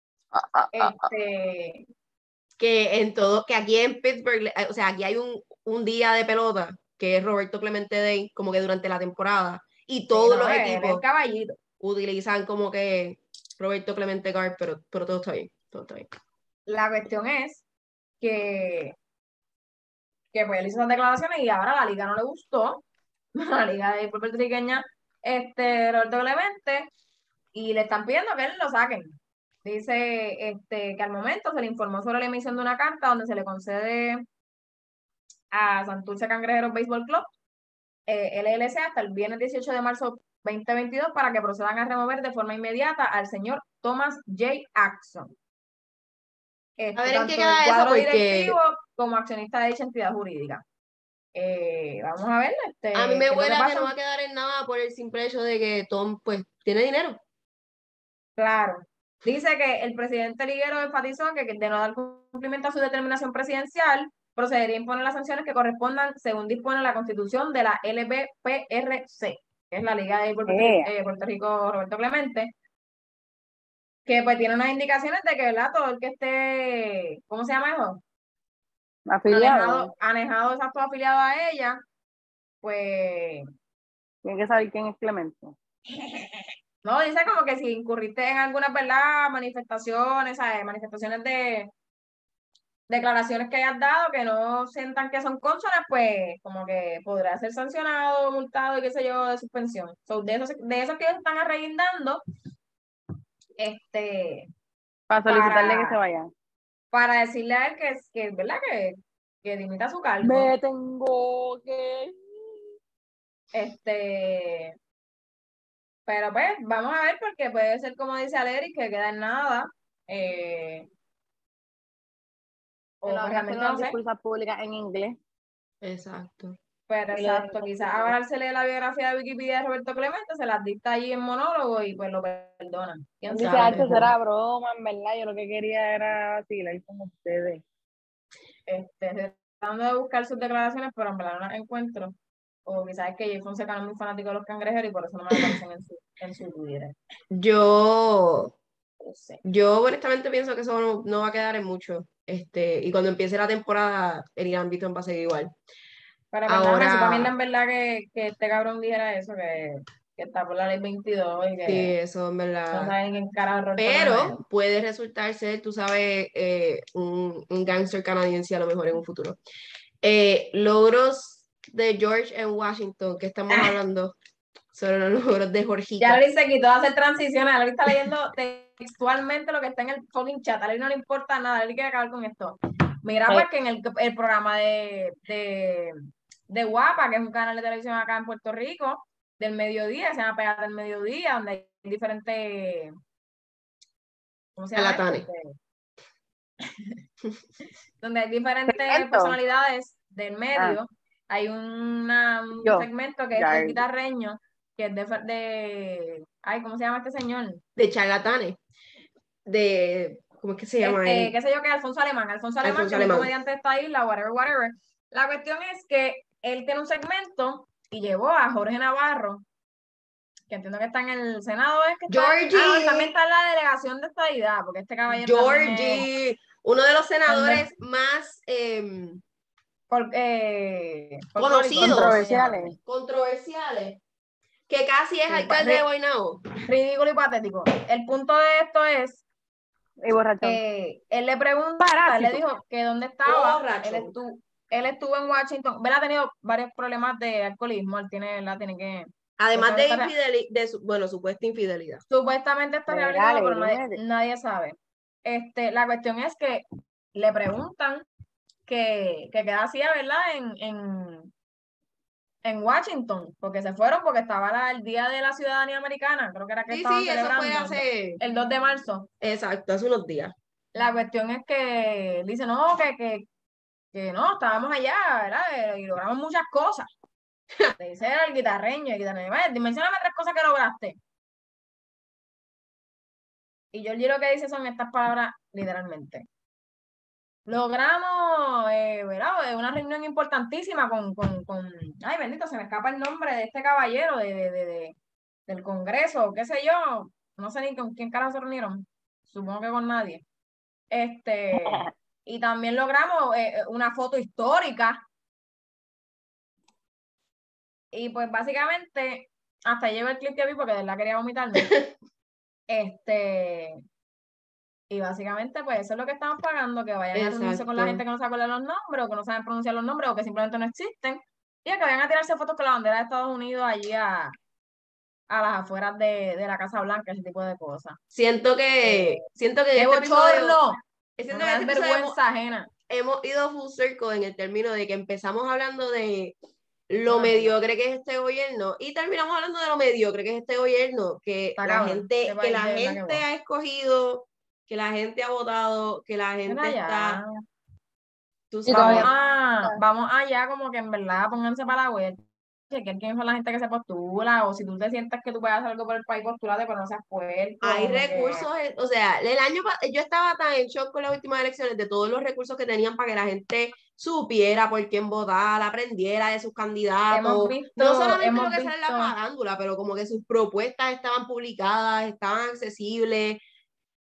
este, Que en todo, que aquí en Pittsburgh, eh, o sea, aquí hay un, un día de pelota que es Roberto Clemente Day, como que durante la temporada, y sí, todos no, los él es el equipos caballito. utilizan como que Roberto Clemente Guard, pero, pero todo está bien, todo está bien. La cuestión es que, que pues él hizo esas declaraciones y ahora a la liga no le gustó, la liga de puertorriqueña, este, Roberto Clemente, y le están pidiendo que él lo saquen. Dice este, que al momento se le informó sobre la emisión de una carta donde se le concede a Santurce Cangrejeros Baseball Club, eh, L L C, hasta el viernes dieciocho de marzo veinte veintidós para que procedan a remover de forma inmediata al señor Thomas J. Axon, A este, ver en qué tanto del queda eso, cuadro porque directivo como accionista de dicha entidad jurídica. Eh, vamos a ver a mí este, me qué es lo que huele a que pasa. no va a quedar en nada por el simple hecho de que Tom, pues, tiene dinero. Claro. Dice que el presidente Liguero enfatizó que de no dar cumplimiento a su determinación presidencial, procedería a imponer las sanciones que correspondan según dispone la constitución de la L B P R C, que es la Liga de Puerto, Eh, eh, Puerto Rico Roberto Clemente, que pues tiene unas indicaciones de que, ¿verdad?, todo el que esté, ¿cómo se llama eso? afiliado. Anejado, anejado, exacto, afiliado a ella, pues, Tienen que saber quién es Clemente. no, dice como que si incurriste en algunas, ¿verdad?, manifestaciones, ¿sabes? Manifestaciones de declaraciones que hayas dado que no sientan que son cónsonas, pues como que podrá ser sancionado, multado y qué sé yo, de suspensión. So, de esos, de esos que ellos están arreguindando, este, Para solicitarle que se para, vaya. para decirle a él que, es- que ¿verdad? Que, que dimita su cargo. Me tengo que... Este, pero pues, vamos a ver, porque puede ser como dice Aleri, que queda en nada. Eh, Que o lo pues, haga hacer realmente no unas sé. disculpas públicas en inglés. Exacto. Pero Y lo deje exacto, quizás considerado. ahora se lee la biografía de Wikipedia de Roberto Clemente, se las dicta allí en monólogo y pues lo perdonan. ¿Quién Dice, sabe? ah, eso Mejor. era broma, en verdad. Yo lo que quería era vacilar con ustedes. Este, tratando de buscar sus declaraciones, pero en verdad no las encuentro. O quizás es que Jay Fonseca no es muy fanático de los cangrejeros y por eso no me aparecen en su, en su Twitter. Yo, No sé. yo honestamente pienso que eso no, no va a quedar en mucho. Este, y cuando empiece la temporada, el Irán Beaton va a seguir igual. Pero en verdad, me Ahora, supo mierda en verdad que, que este cabrón dijera eso, que, que está por la ley veintidós y sí, que eso en no verdad. sabe ni quién carajo es Roberto Clemente. Pero puede resultar ser, tú sabes, eh, un, un gángster canadiense a lo mejor en un futuro. Eh, logros de George en Washington, que estamos Ah. hablando sobre los logros de Ya Jorgita. Lori se quitó de hacer transiciones, Lori está leyendo textualmente lo que está en el fucking chat, a Lori no le importa nada, Lori quiere acabar con esto. Mira, Eh. pues que en el, el programa de, de, de Guapa, que es un canal de televisión acá en Puerto Rico, del mediodía, se llama Pegada del Mediodía, donde hay diferentes, ¿cómo se llama esto? Charlatanes. Donde hay diferentes ¿Segmento? personalidades del medio. Ah. Hay una, un Yo. segmento que es Ya. el guitarreño, que es de, de, ay, ¿cómo se llama este señor? De charlatanes. De, ¿cómo es que se llama Este, él? qué sé yo, que Alfonso Alemán, Alfonso Alemán, Alfonso que es un Alemán. comediante de esta isla, whatever, whatever. La cuestión es que él tiene un segmento y llevó a Jorge Navarro, que entiendo que está en el Senado, es que está. Georgie. Ah, no, también está en la delegación de estadidad, porque este caballero también es Georgie, uno de los senadores más eh, fol- eh, folclóricos, conocidos, Controversiales. controversiales, que casi es Sí, alcalde de Guaynabo. ridículo y patético. El punto de esto es Y borrachón. que él le pregunta, él le Parásito. dijo que dónde estaba, Borracho. él estuvo, él estuvo en Washington, él ha tenido varios problemas de alcoholismo, él tiene, él la tiene que, Además de está rea- infidelidad, de su, bueno, supuesta infidelidad. supuestamente está Mira, rehabilitado, pero nadie, Lady, nadie sabe. Este, la cuestión es que le preguntan que, que qué hacía, ¿verdad? En, en, en Washington, porque se fueron porque estaba la- el Día de la Ciudadanía Americana, creo que era que Sí, estaban sí, eso fue celebrando, hace, el dos de marzo. exacto, hace unos días. La cuestión es que dice, no, que, que, que no, estábamos allá, ¿verdad? Y logramos muchas cosas. Le dice el guitarreño, el guitarreño, "Vaya, mencióname tres cosas que lograste". Y Georgie lo que dice son estas palabras literalmente. Logramos, eh, ¿verdad? Eh, Una reunión importantísima con, con, con, ay bendito, se me escapa el nombre de este caballero de, de, de, de- del Congreso, qué sé yo, no sé ni con quién carajo se reunieron, supongo que con nadie. Este, y también logramos eh, eh, una foto histórica. Y pues básicamente, hasta llevo el clip que vi porque de verdad quería vomitarme. Este, y básicamente, pues eso es lo que estamos pagando, que vayan a reunirse con la Exacto. gente que no se acuerda los nombres, o que no saben pronunciar los nombres, o que simplemente no existen, y que vayan a tirarse fotos con la bandera de Estados Unidos allí a, a las afueras de, de la Casa Blanca, ese tipo de cosas. Siento que, Eh, siento que en ¡Qué este episodio, bochorno! siento No que me en das este episodio hemos, vergüenza ajena. hemos ido full circle en el término de que empezamos hablando de lo Una mierda. mediocre que es este gobierno y terminamos hablando de lo mediocre que es este gobierno, que Está la cabrón, gente, este que país la de verdad que gente va. ha escogido, que la gente ha votado, que la gente Mira ya. está, tú Y Vamos todavía- sabes, a, vamos allá como que en verdad pónganse para la web. Chequen quién son la gente que se postula, o si tú te sientes que tú puedes hacer algo por el país, postulate, pero no seas puerco. hay como que- recursos, eh, o sea, el año pa- yo estaba tan en shock con las últimas elecciones de todos los recursos que tenían para que la gente supiera por quién votar, aprendiera de sus Hemos candidatos, visto, no solamente lo hemos que sale en la visto, farándula, pero como que sus propuestas estaban publicadas, estaban accesibles.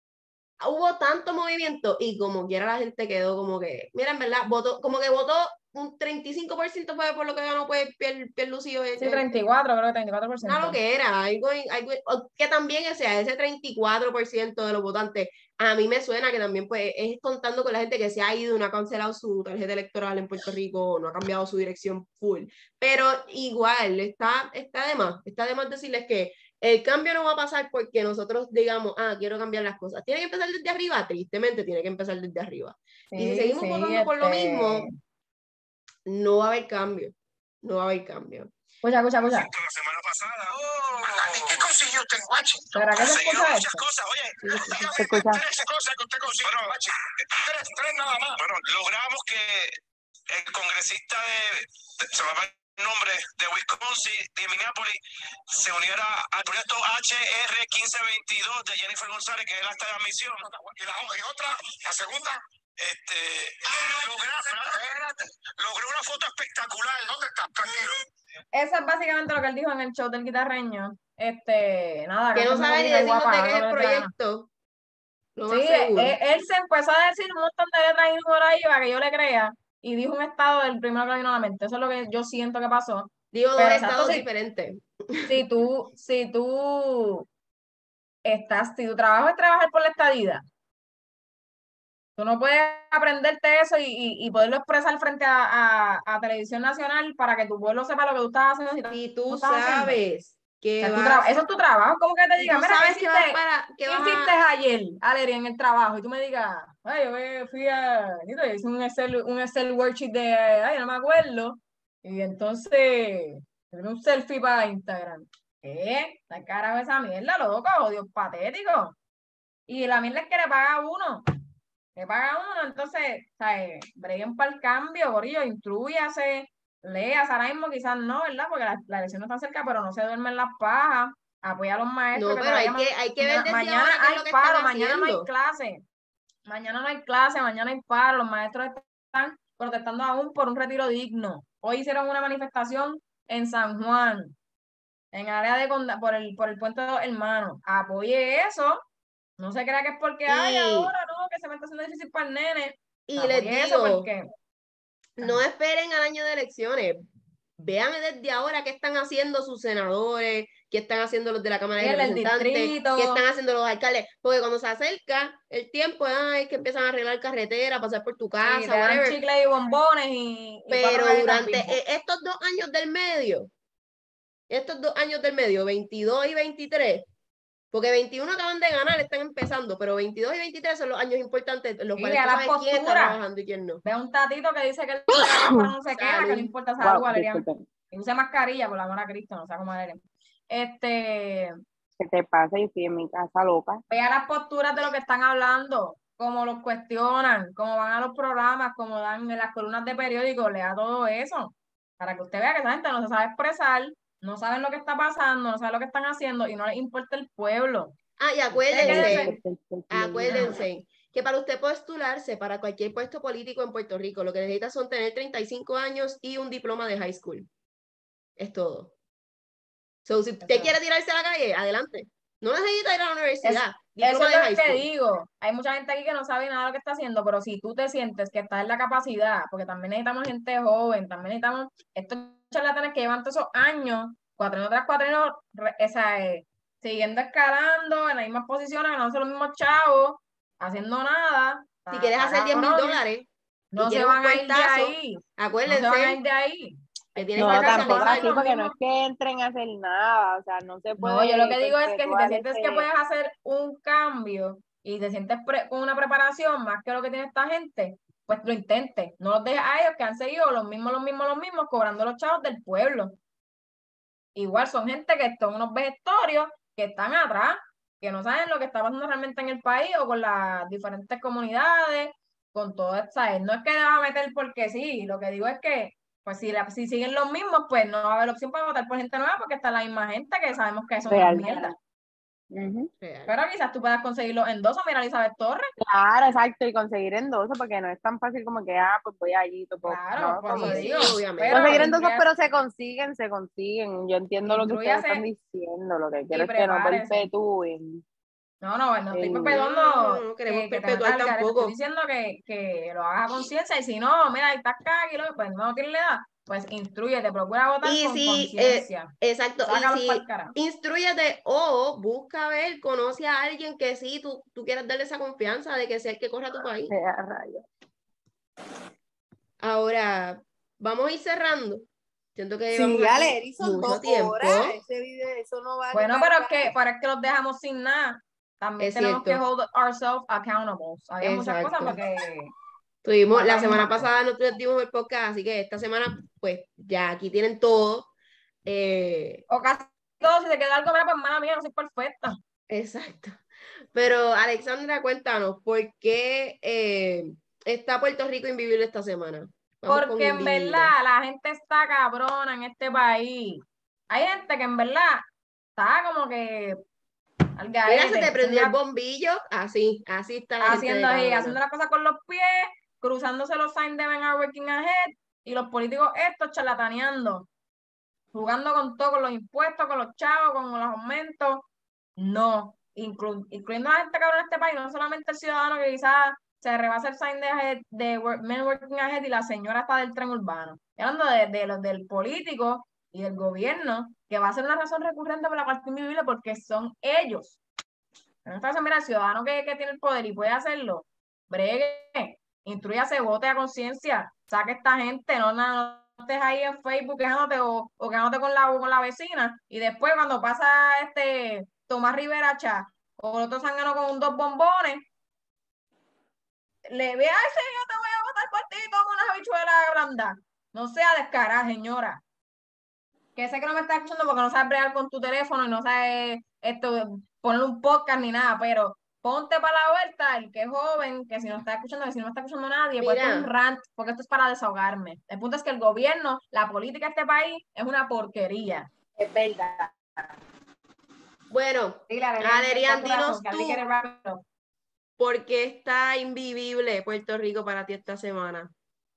Hubo tanto movimiento y como quiera la gente quedó como que, mira, en verdad, votó, como que votó un treinta y cinco por ciento fue por lo que ganó pues Pier, Pierluisi. Sí, treinta y cuatro, creo que treinta y cuatro por ciento. No, lo que era, algo, algo, que también sea ese treinta y cuatro por ciento de los votantes, a mí me suena que también pues es contando con la gente que se ha ido, no ha cancelado su tarjeta electoral en Puerto Rico, no ha cambiado su dirección full, pero igual, está, está de más, está de más decirles que el cambio no va a pasar porque nosotros digamos, ah, quiero cambiar las cosas, tiene que empezar desde arriba, tristemente tiene que empezar desde arriba, Sí, y si seguimos sí, votando por lo este... mismo, no va a haber cambio, no va a haber cambio. Escucha, escucha, escucha. La semana pasada. Oh, ¿qué consiguió usted en Washington? ¿Para qué se Consiguió escucha muchas esto? cosas. Oye, dígame Se escucha. tres cosas que usted consiguió en Washington. Tres, tres nada más. Bueno, logramos que el congresista de, de se me va el nombre, de Wisconsin, de Minneapolis, se uniera al proyecto H R quince veintidós de Jennifer González, que es el acta de admisión. Y la y otra, la segunda. Este, logré, logré una foto espectacular. ¿Dónde está? Tranquilo. Eso es básicamente lo que él dijo en el show del guitarreño. Este, nada, Que no cántenme sabe ni bonita y decirnos guapa, de qué es hagan el lo que les dé la gana. proyecto. Lo más Sí, seguro. él, él se empezó a decir un montón de letras y números ahí para que yo le crea. Y dijo un estado del primero que le vino a la mente. Eso es lo que yo siento que pasó. Digo, dos Pero exacto, estados si, diferentes. si tú, si tú estás, si tu trabajo es trabajar por la estadidad, tú no puedes aprenderte eso y, y, y poderlo expresar frente a, a, a televisión nacional para que tu pueblo sepa lo que tú estás haciendo. Si Si tú tú estás haciendo. sabes O que sea, tu vas... tra- eso es tu trabajo, como que te Si diga, tú mira, ¿qué sabes que vas hiciste, para... Que ¿qué vas hiciste a... ayer, Aleri, en el trabajo? Y tú me digas, ay, yo me fui a, yo hice un Excel, un Excel worksheet de, ay, no me acuerdo. Y entonces, un selfie para Instagram. ¿Qué? ¿Qué carajo esa mierda, loco? Dios patético. Y la mierda es que le paga a uno. Le paga a uno, entonces, ¿sabes? Breguen para el cambio, gorillo, instrúyase, leas, ahora mismo quizás no, ¿verdad? Porque la, la elección no está cerca, pero no se duermen las pajas, apoya a los maestros. No, que pero hay todavía que, hay que ver mañana, desde mañana ahora qué es hay lo que paro, están mañana no hay haciendo. clase, mañana no hay clase, mañana hay paro, los maestros están protestando aún por un retiro digno. Hoy hicieron una manifestación en San Juan, en el área de Conda, por el, por el puente de los hermanos. Apoye eso. No se crea que es porque hay Y, ahora, no, que se me está haciendo difícil para el nene. y Apoye les eso digo, porque no esperen al año de elecciones. Vean desde ahora qué están haciendo sus senadores, qué están haciendo los de la Cámara de el del Representantes, distrito. qué están haciendo los alcaldes. Porque cuando se acerca el tiempo, ah, es que empiezan a arreglar carretera, pasar por tu Sí, casa, te dan whatever. chicle y bombones y, y Pero cuatro galletas durante Bimbo. e- estos dos años del medio, estos dos años del medio, veintidós y veintitrés, porque veintiuno acaban de ganar, están empezando, pero veintidós y veintitrés son los años importantes, los Sí, cuales vea tú las sabes quién está posturas. trabajando y quién no. Ve a un tatito que dice que el teléfono no se queja, que no Salud. importa salud, Wow, Valerian. disculpen. Y use mascarilla, por la amor a Cristo, no sea como Valerian. Este, ¿Qué te pasa? Yo estoy en mi casa loca. vea las posturas de lo que están hablando, cómo los cuestionan, cómo van a los programas, cómo dan en las columnas de periódicos, lea todo eso, para que usted vea que esa gente no se sabe expresar, no saben lo que está pasando, no saben lo que están haciendo y no les importa el pueblo. Ah, y Usted acuérdense, quédese- acuérdense que para usted postularse para cualquier puesto político en Puerto Rico, lo que necesita son tener treinta y cinco años y un diploma de high school. Es todo. So, si usted Exacto. quiere tirarse a la calle, adelante. No necesita ir a la universidad. Eso Diploma es de lo high que school. digo. Hay mucha gente aquí que no sabe nada de lo que está haciendo, pero si tú te sientes que estás en la capacidad, porque también necesitamos gente joven, también necesitamos estos charlatanes que llevan todos esos años, cuatrino tras cuatrino, re- esa, eh, siguiendo escalando en las mismas posiciones, ganando los mismos chavos, haciendo nada. Si Está- quieres está hacer diez mil cabrón. dólares y No se quieres un van a ir de puestazo, ahí. No se van a acuérdense ir de ahí. que Hay tienes No, que sacar tampoco especializar. así, los porque no es mismos. que entren a hacer nada, o sea, no se No, yo lo puede que digo es que si te perpetuar sientes que ese... puedes hacer un cambio y te sientes pre- con una preparación más que lo que tiene esta gente, pues lo intentes. No los dejes a ellos que han seguido los mismos, los mismos, los mismos, cobrando los chavos del pueblo. Igual son gente que son unos vejestorios que están atrás, que no saben lo que está pasando realmente en el país o con las diferentes comunidades, con todo esto. No es que le va a meter porque sí, lo que digo es que pues si, la, si siguen los mismos, pues no va a haber opción para votar por gente nueva porque está la misma gente que sabemos que son unas Real. mierdas. Ujú. Real. Pero quizás tú puedas conseguirlo en dos o mira a Elizabeth Torres. Claro, exacto, y conseguir endosos, porque no es tan fácil como que, ah, pues voy allí, topo. Claro, No, por eso Sí, sí, digo. obviamente. Pero conseguir endosos, instruya- pero se consiguen, se consiguen. Yo entiendo lo que ustedes Instrúyase están diciendo, lo que quiero y es que no prepárese. perpetúen. No, no, no estoy El- No, perpetuando no, no queremos que, que te perpetuar metas al garete. Estoy tampoco. diciendo que, que lo hagas a conciencia y si no, mira, ahí estás acá, y lo, pues no tienes la edad, pues instrúyete, procura votar Y con si, eh, conciencia. exacto, y Sácalos para el si carajo. instrúyete o busca ver, conoce a alguien que sí, tú, tú quieras darle esa confianza de que sea el que corra tu país. Eh, a rayos. Ahora, vamos a ir cerrando. Siento que llevamos Sí, aquí Ale, son mucho dos tiempo. horas. Ese video, eso no va ni Bueno, para pero el es que, pero es que los dejamos sin nada. También Es tenemos que cierto, hold ourselves accountable. Había muchas cosas exacto. porque Tuvimos, la pasaron semana muchas cosas. pasada nosotros dimos el podcast, así que esta semana, pues ya aquí tienen todo. Eh, O casi todo, si te queda algo, mira, pues mala mía, no soy perfecta. exacto. Pero Alexandra, cuéntanos, ¿por qué eh, está Puerto Rico invivible esta semana? Vamos con Porque en invivible. verdad la gente está cabrona en este país. Hay gente que en verdad está como que al Mira, se garete, te haciendo, prendió el la- bombillo. Así, así está la gente de haciendo, así, cabrona. haciendo las cosas con los pies, cruzándose los signs de Men are working ahead, y los políticos estos charlataneando, jugando con todo, con los impuestos, con los chavos, con los aumentos. No, inclu- incluyendo a la gente cabrona en este país, no solamente el ciudadano que quizás se rebasa el sign de, ahead- de work- Men working ahead y la señora está del tren urbano. Estoy hablando de, de los del político y del gobierno, que va a ser una razón recurrente por la cual estoy invivible, porque son ellos. Entonces, mira, el ciudadano que, que tiene el poder y puede hacerlo, bregue, instruyase, vote a conciencia, saque a esta gente, no, no, no estés ahí en Facebook quejándote o, o quejándote con la, con la vecina, y después cuando pasa este Tomás Rivera Chá o el otro zángano con dos bombones, le ve, ay, sí, yo te voy a votar por ti, toma unas habichuelas blandas. No sea descarada, señora. Que sé que no me está escuchando porque no sabes bregar con tu teléfono y no sabes esto, poner un podcast ni nada, pero ponte para la vuelta, el que es joven, que si no está escuchando, que si no me está escuchando nadie, pues esto es un Mira, rant, porque esto es para desahogarme. El punto es que el gobierno, la política de este país es una porquería. Es verdad. bueno, Dile, Adrián, ¿cuál Adrián, es tu razón? dinos Que Adri quiere tú, wrap it up. ¿por qué está invivible Puerto Rico para ti esta semana?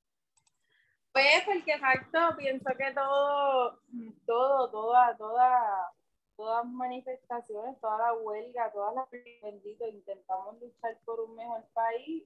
Pues porque exacto, pienso que todo, todo, toda, toda, todas manifestaciones, toda la huelga, todas las bendito, intentamos luchar por un mejor país.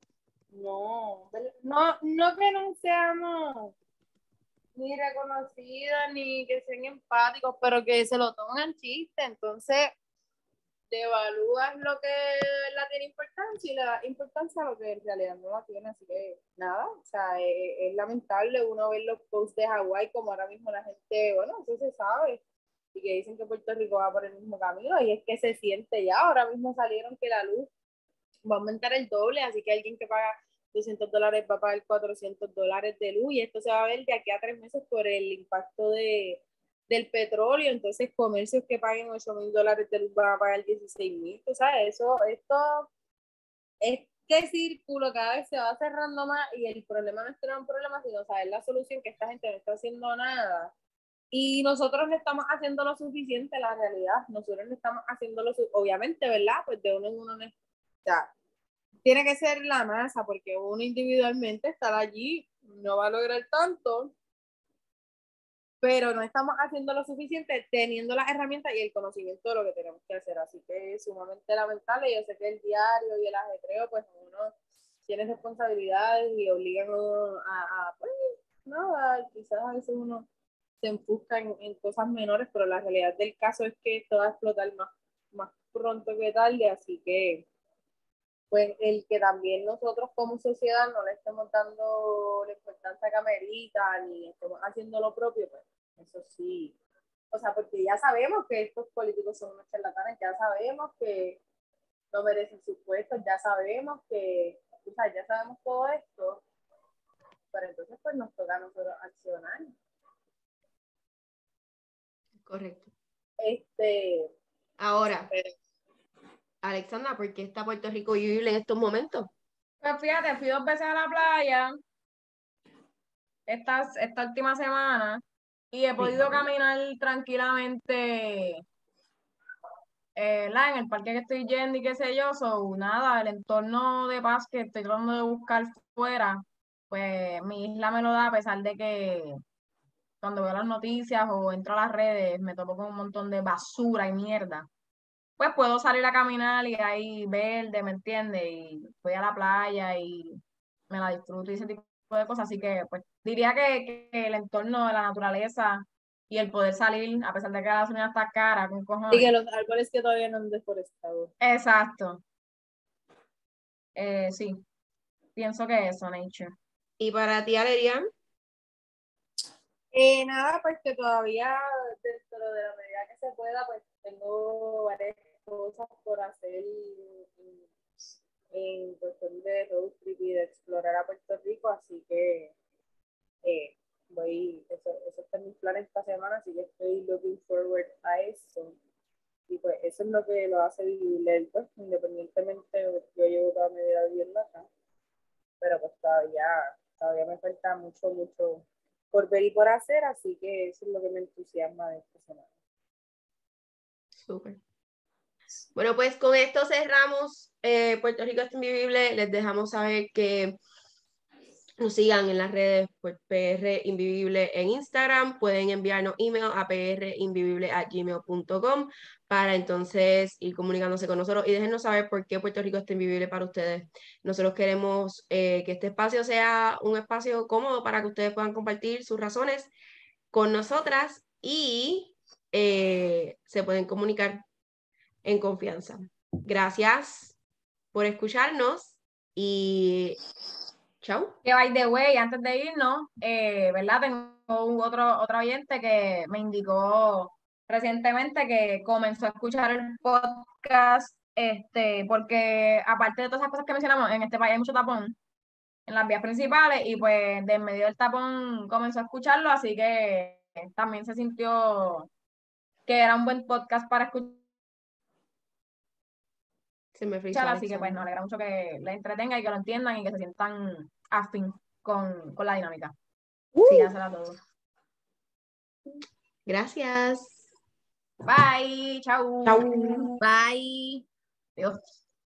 No, no, no que no seamos ni reconocidos ni que sean empáticos, pero que se lo toman chiste, entonces devalúas lo que la tiene importancia y le das importancia a lo que en realidad no la tiene, así que nada, o sea, es, es lamentable uno ver los posts de Hawái como ahora mismo la gente, bueno, eso se sabe, y que dicen que Puerto Rico va por el mismo camino, y es que se siente ya, ahora mismo salieron que la luz va a aumentar el doble, así que alguien que paga doscientos dólares va a pagar cuatrocientos dólares de luz, y esto se va a ver de aquí a tres meses por el impacto de del petróleo, entonces comercios que paguen ocho mil dólares de luz van a pagar dieciséis mil, o sea, eso, esto, este círculo cada vez se va cerrando más y el problema no es tener un problema, sino saber la solución, que esta gente no está haciendo nada. Y nosotros no estamos haciendo lo suficiente, la realidad, nosotros no estamos haciendo lo suficiente, obviamente, ¿verdad? Pues de uno en uno, no, o sea, tiene que ser la masa, porque uno individualmente estar allí no va a lograr tanto, pero no estamos haciendo lo suficiente teniendo las herramientas y el conocimiento de lo que tenemos que hacer. Así que es sumamente lamentable. Yo sé que el diario y el ajetreo, pues uno tiene responsabilidades y obligan a, a, a pues, nada, quizás a veces uno se enfusca en, en cosas menores, pero la realidad del caso es que esto va a explotar más, más pronto que tarde, así que pues el que también nosotros como sociedad no le estemos dando la importancia que amerita ni estemos haciendo lo propio, pues eso sí. O sea, porque ya sabemos que estos políticos son unos charlatanes, ya sabemos que no merecen sus puestos, ya sabemos que, o sea, ya sabemos todo esto, pero entonces pues nos toca a nosotros accionar. Correcto. Este, Ahora, pero, Alexandra, ¿por qué está Puerto Rico vivible en estos momentos? Pues fíjate, fui dos veces a la playa esta, esta última semana y he podido caminar tranquilamente eh, la, en el parque que estoy yendo y qué sé yo, so, nada, el entorno de paz que estoy tratando de buscar fuera, pues mi isla me lo da a pesar de que cuando veo las noticias o entro a las redes me topo con un montón de basura y mierda. pues puedo salir a caminar y ahí verde, ¿me entiendes? Y voy a la playa y me la disfruto y ese tipo de cosas. Así que, pues, diría que, que el entorno de la naturaleza y el poder salir, a pesar de que la gasolina está cara, con Y que cojones. los árboles que todavía no han deforestado. Exacto. Eh, sí, pienso que eso, Nature. Y para ti, Alerian, Eh, nada, pues que todavía dentro de la medida que se pueda, pues tengo varias cosas por hacer en, en cuestión de road trip y de explorar a Puerto Rico, así que eh, voy, eso, eso está en mis planes esta semana, así que estoy looking forward a eso. Y pues eso es lo que lo hace vivible, pues, independientemente, yo llevo toda mi vida viviendo acá, pero pues todavía, todavía me falta mucho, mucho por ver y por hacer, así que eso es lo que me entusiasma de esta semana. súper. Bueno, pues con esto cerramos eh, Puerto Rico está invivible. Les dejamos saber que nos sigan en las redes pues, P R Invivible en Instagram. Pueden enviarnos email a p r invivible arroba gmail punto com para entonces ir comunicándose con nosotros y déjenos saber por qué Puerto Rico está invivible para ustedes. Nosotros queremos eh, que este espacio sea un espacio cómodo para que ustedes puedan compartir sus razones con nosotras y eh, se pueden comunicar en confianza. Gracias por escucharnos y chao. Que by the way, antes de irnos, eh, ¿verdad? Tengo un otro, otro oyente que me indicó recientemente que comenzó a escuchar el podcast, este, porque aparte de todas esas cosas que mencionamos, en este país hay mucho tapón en las vías principales y pues de en medio del tapón comenzó a escucharlo, así que también se sintió que era un buen podcast para escuchar, Se me frizó así que pues nos Alexandra. alegra mucho que les entretenga y que lo entiendan y que se sientan afín con, con la dinámica. Sígansela a todos. Gracias. Bye, chau. Chau. Bye. Dios.